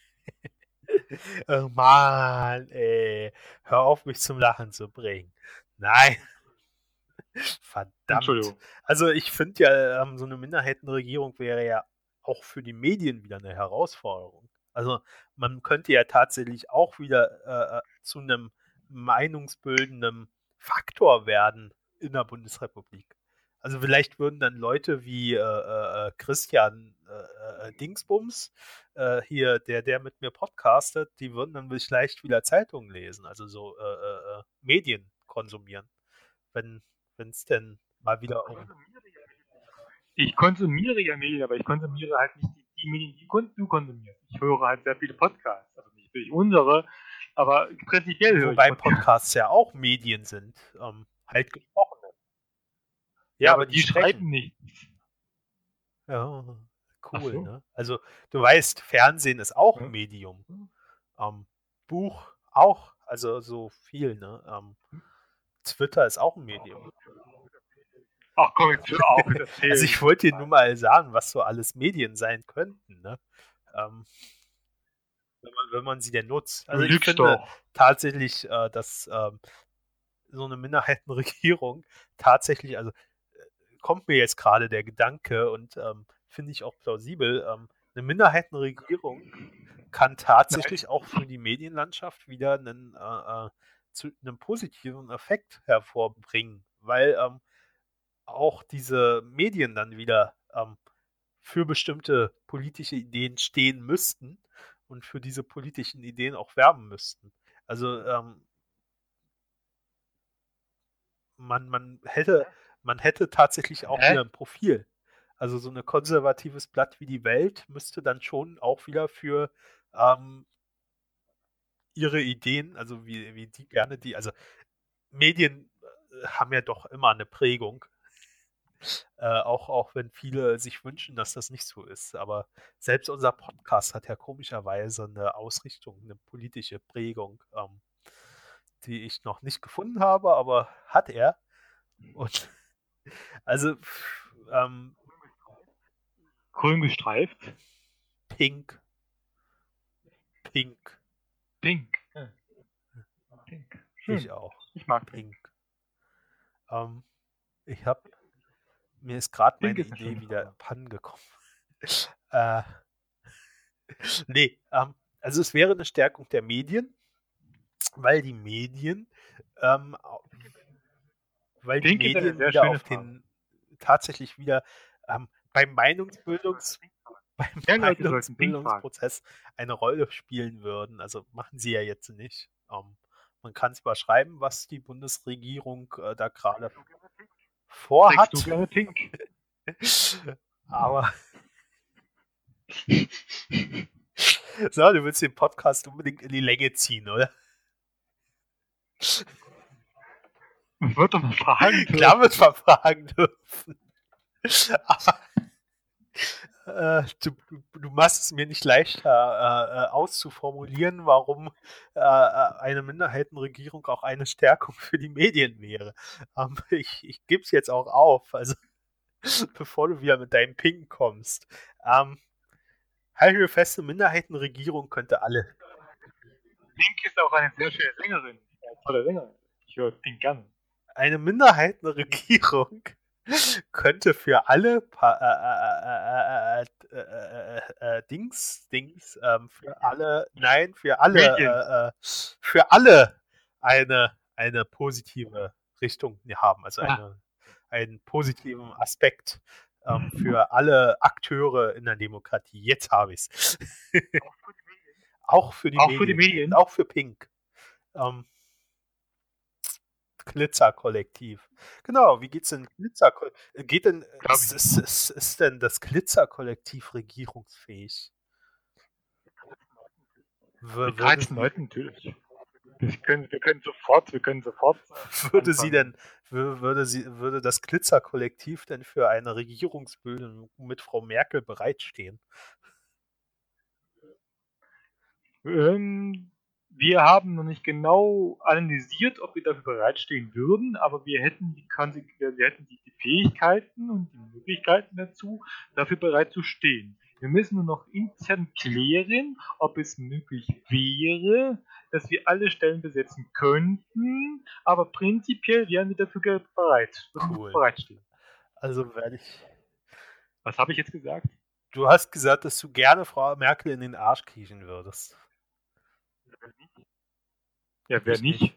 oh Mann, ey, hör auf, mich zum Lachen zu bringen. Nein, verdammt. Entschuldigung. Also ich finde ja, ähm, so eine Minderheitenregierung wäre ja auch für die Medien wieder eine Herausforderung. Also man könnte ja tatsächlich auch wieder äh, zu einem meinungsbildenden Faktor werden in der Bundesrepublik. Also vielleicht würden dann Leute wie äh, äh, Christian äh, äh, Dingsbums, äh, hier, der, der mit mir podcastet, die würden dann vielleicht wieder Zeitungen lesen, also so äh, äh, äh, Medien konsumieren, wenn es denn mal wieder um. Ich konsumiere ja Medien, aber ich konsumiere halt nicht die, die Medien, die du konsumierst. Ich höre halt sehr viele Podcasts. Also nicht wirklich unsere, aber prinzipiell höre ich Wobei Podcasts. Podcasts ja auch Medien sind. Ähm, halt gesprochene. Ja, Ja, aber aber die die sprechen. schreiben nichts. Ja, Ach cool, so. ne? Also, du weißt, Fernsehen ist auch ein Ja. Medium. Ähm, Buch auch, also so viel, ne? Ähm, Twitter ist auch ein Medium. Ach komm, jetzt hör auf mit Also erzählen. ich wollte dir nur mal sagen, was so alles Medien sein könnten, ne? Ähm, wenn man, wenn man sie denn nutzt. Du Also ich lügst finde doch. tatsächlich, äh, dass ähm, so eine Minderheitenregierung tatsächlich, also äh, kommt mir jetzt gerade der Gedanke und ähm, finde ich auch plausibel, ähm, eine Minderheitenregierung kann Nein. tatsächlich auch für die Medienlandschaft wieder einen, äh, äh, zu einem positiven Effekt hervorbringen, weil ähm, auch diese Medien dann wieder ähm, für bestimmte politische Ideen stehen müssten und für diese politischen Ideen auch werben müssten. Also ähm, man, man hätte, man hätte tatsächlich auch Hä? wieder ein Profil. Also so ein konservatives Blatt wie die Welt müsste dann schon auch wieder für ähm, ihre Ideen, also wie, wie die gerne die, also Medien äh, haben ja doch immer eine Prägung, äh, auch, auch wenn viele sich wünschen, dass das nicht so ist. Aber selbst unser Podcast hat ja komischerweise eine Ausrichtung, eine politische Prägung, ähm, die ich noch nicht gefunden habe, aber hat er. Und also ähm, Grün gestreift. Pink, Pink, Pink. Ja. Pink. ich Schön. auch. Ich mag Pink. Pink. Ähm, ich habe, mir ist gerade Pink meine ist eine Idee schöne wieder Farbe. abhanden gekommen. äh, nee, ähm, also es wäre eine Stärkung der Medien, weil die Medien, ähm, au- weil die Pink ist eine Medien sehr wieder schöne auf Farbe. den, tatsächlich wieder ähm, beim Meinungsbildungs, beim Mehr Leute sollten Pink tragen. Meinungsbildungsprozess eine Rolle spielen würden. Also machen sie ja jetzt nicht. Ähm, man kann zwar schreiben, was die Bundesregierung äh, da gerade Trägst du vorhat, gerne Pink? aber so, du willst den Podcast unbedingt in die Länge ziehen, oder? Man wird doch mal fragen Klar wird dürfen. man fragen dürfen. Aber äh, du, du, du machst es mir nicht leichter äh, äh, auszuformulieren, warum äh, eine Minderheitenregierung auch eine Stärkung für die Medien wäre. Ähm, ich ich gebe es jetzt auch auf, also bevor du wieder mit deinem Ping kommst. Ähm, halte mir fest, eine Minderheitenregierung könnte alle. Pink ist auch eine sehr schöne Sängerin. Eine tolle Sängerin. Ich höre Pink gerne. Eine Minderheitenregierung könnte für alle pa äh, äh, äh, äh, äh, äh, Dings, Dings, ähm, für alle, nein, für alle, Medien. äh, äh, für alle eine, eine positive Richtung haben, also Ah, eine, einen positiven Aspekt ähm, für alle Akteure in der Demokratie. Jetzt habe ich es. Auch für die auch für die Medien und Medien. auch für Pink. Ähm, Glitzerkollektiv. Genau, wie geht's denn Glitzerkollektiv? Geht denn, Glaube ist, ich ist, nicht. ist, ist denn das Glitzerkollektiv regierungsfähig? Wür- Mit Würde dreizehn sie, Leuten natürlich. Wir können, wir können sofort, wir können sofort äh, würde sie anfangen. denn, wür- würde sie, würde das Glitzerkollektiv denn für eine Regierungsbildung mit Frau Merkel bereitstehen? Ähm, wir haben noch nicht genau analysiert, ob wir dafür bereitstehen würden, aber wir hätten die, Konse- wir hätten die, die Fähigkeiten und die Möglichkeiten dazu, dafür bereit zu stehen. Wir müssen nur noch intern klären, ob es möglich wäre, dass wir alle Stellen besetzen könnten, aber prinzipiell wären wir dafür ge- bereit, würden wir Cool. bereitstehen. Also werde ich. Was habe ich jetzt gesagt? Du hast gesagt, dass du gerne Frau Merkel in den Arsch kriechen würdest. Ja, wer Ich nicht. nicht?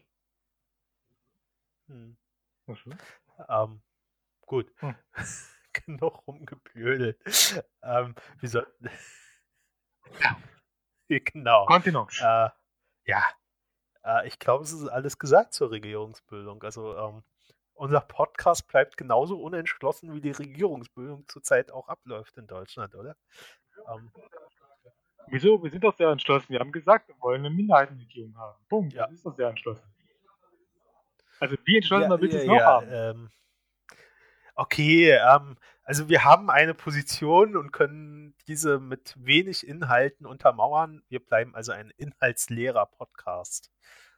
Hm. Ach so. Ähm, gut. Hm. Genug rumgeblödelt. Ähm, wir sollten. Ja, Genau. Kontinence. Äh, ja, äh, ich glaube, es ist alles gesagt zur Regierungsbildung. Also ähm, unser Podcast bleibt genauso unentschlossen, wie die Regierungsbildung zurzeit auch abläuft in Deutschland, oder? Ähm, Wieso? Wir sind doch sehr entschlossen. Wir haben gesagt, wir wollen eine Minderheitenregierung haben. Punkt. ja. Das ist doch sehr entschlossen. Also wie entschlossen Ja, willst du ja, es noch ja. haben? Ähm, okay, ähm, also wir haben eine Position und können diese mit wenig Inhalten untermauern. Wir bleiben also ein inhaltsleerer Podcast.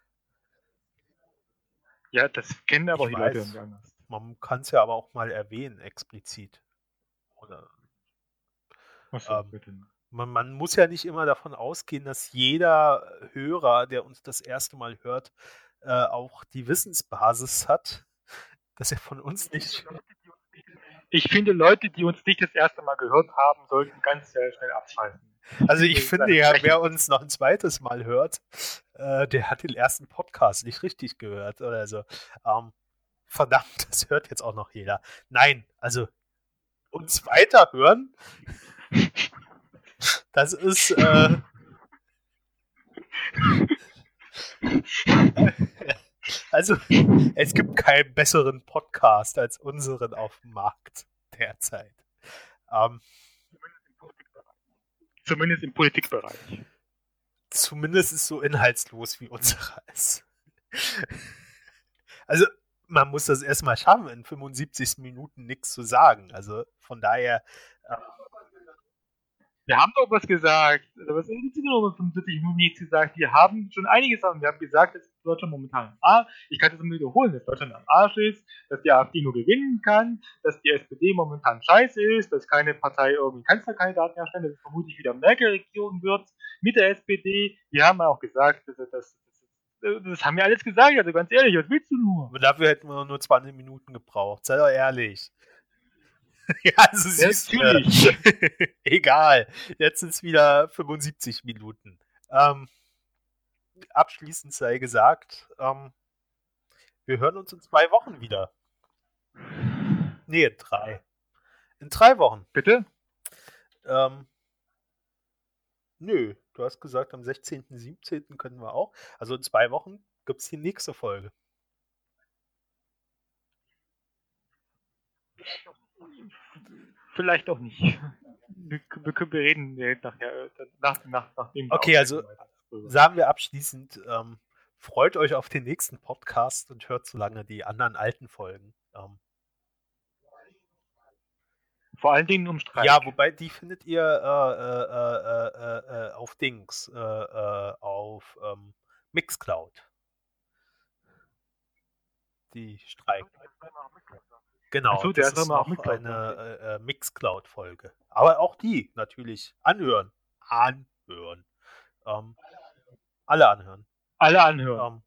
Ja, das kennen aber Ich die Leute weiß, irgendwie anders. man kann es ja aber auch mal erwähnen, explizit. Oder Achso, ähm, bitte. man, man muss ja nicht immer davon ausgehen, dass jeder Hörer, der uns das erste Mal hört, äh, auch die Wissensbasis hat, dass er von uns nicht. Ich finde, Leute, die uns nicht das erste Mal gehört haben, sollten ganz sehr schnell abschalten. Also finde, ich das ist finde eine ja, wer Frechheit. uns noch ein zweites Mal hört, äh, der hat den ersten Podcast nicht richtig gehört oder so. Ähm, verdammt, das hört jetzt auch noch jeder. Nein, also uns weiterhören, das ist äh, also es gibt keinen besseren Podcast als unseren auf dem Markt derzeit. Ähm, Zumindest im Politikbereich. zumindest ist so inhaltslos wie unserer ist. Also man muss das erstmal schaffen, in fünfundsiebzig Minuten nichts zu sagen. Also von daher. Äh, Wir haben doch was gesagt. Also was sind wir noch mit fünfundsiebzig Minuten nichts gesagt? Wir haben schon einiges gesagt. Wir haben gesagt, dass Deutschland momentan am Arsch, ich kann das immer wiederholen, dass Deutschland am Arsch ist, dass die AfD nur gewinnen kann, dass die S P D momentan scheiße ist, dass keine Partei irgendwie Kanzlerkandidaten herstellen, dass es vermutlich wieder Merkel-Regierung wird mit der S P D. Wir haben auch gesagt, dass, dass, dass Das haben wir alles gesagt, also ganz ehrlich, was willst du nur? Aber dafür hätten wir nur zwanzig Minuten gebraucht. Sei doch ehrlich. Ja, also siehst du. Natürlich. Egal. Jetzt sind es wieder fünfundsiebzig Minuten. Ähm, abschließend sei gesagt, ähm, wir hören uns in zwei Wochen wieder. Nee, in drei. In drei Wochen. Bitte? Ähm, nö, du hast gesagt, am sechzehnten, siebzehnten können wir auch. Also in zwei Wochen gibt es die nächste Folge. Vielleicht auch nicht. Wir, wir, wir reden nachher, nach, nach, nachdem wir Okay, also sagen wir abschließend, ähm, freut euch auf den nächsten Podcast und hört so lange die anderen alten Folgen. Ähm, Vor allen Dingen um Streik. Ja, wobei die findet ihr äh, äh, äh, äh, auf Dings, äh, äh, auf ähm, Mixcloud. Die Streik. Genau, Ach so, das der ist ist immer auch noch Mixcloud, eine okay. äh, äh, Mixcloud-Folge. Aber auch die natürlich anhören. Anhören. Ähm, alle anhören. Alle anhören. Ähm,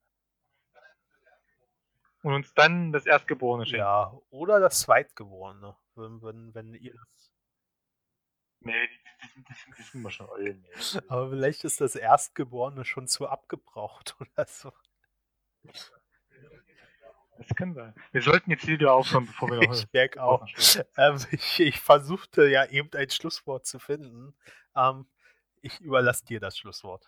Und uns dann das Erstgeborene schenken. ja, oder das Zweitgeborene, wenn, wenn, wenn ihr das. Nee, die, die, die, die, die sind wir schon alle. Nee. Aber vielleicht ist das Erstgeborene schon zu abgebraucht oder so. Das kann sein. Wir sollten jetzt wieder aufhören, bevor wir noch. Ich merke auch. Ähm, ich, ich versuchte ja eben ein Schlusswort zu finden. Ähm, ich überlasse dir das Schlusswort.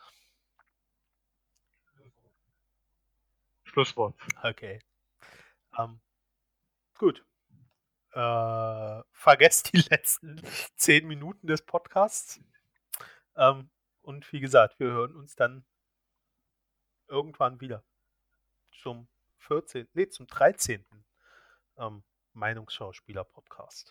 Schlusswort. Okay. Ähm, gut. Äh, vergesst die letzten zehn Minuten des Podcasts. Ähm, und wie gesagt, wir hören uns dann irgendwann wieder. Zum vierzehnten. Nee, zum dreizehnten. Ähm, Meinungsschauspieler-Podcast.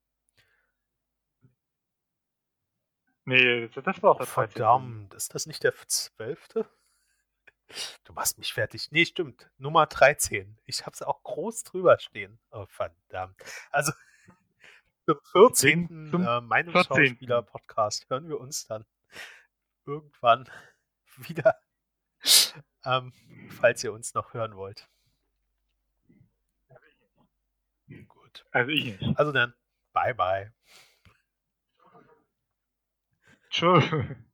Nee, das war auch Oh, der dreizehnte. verdammt, ist das nicht der zwölfte? Du machst mich fertig. Nee, stimmt. Nummer dreizehn. Ich habe es auch groß drüber stehen. Oh, verdammt. Also zum vierzehnten. Zum Äh, Meinungsschauspieler-Podcast hören wir uns dann irgendwann wieder, ähm, falls ihr uns noch hören wollt. Gut. Also ich nicht. Also dann, bye bye. Tschüss.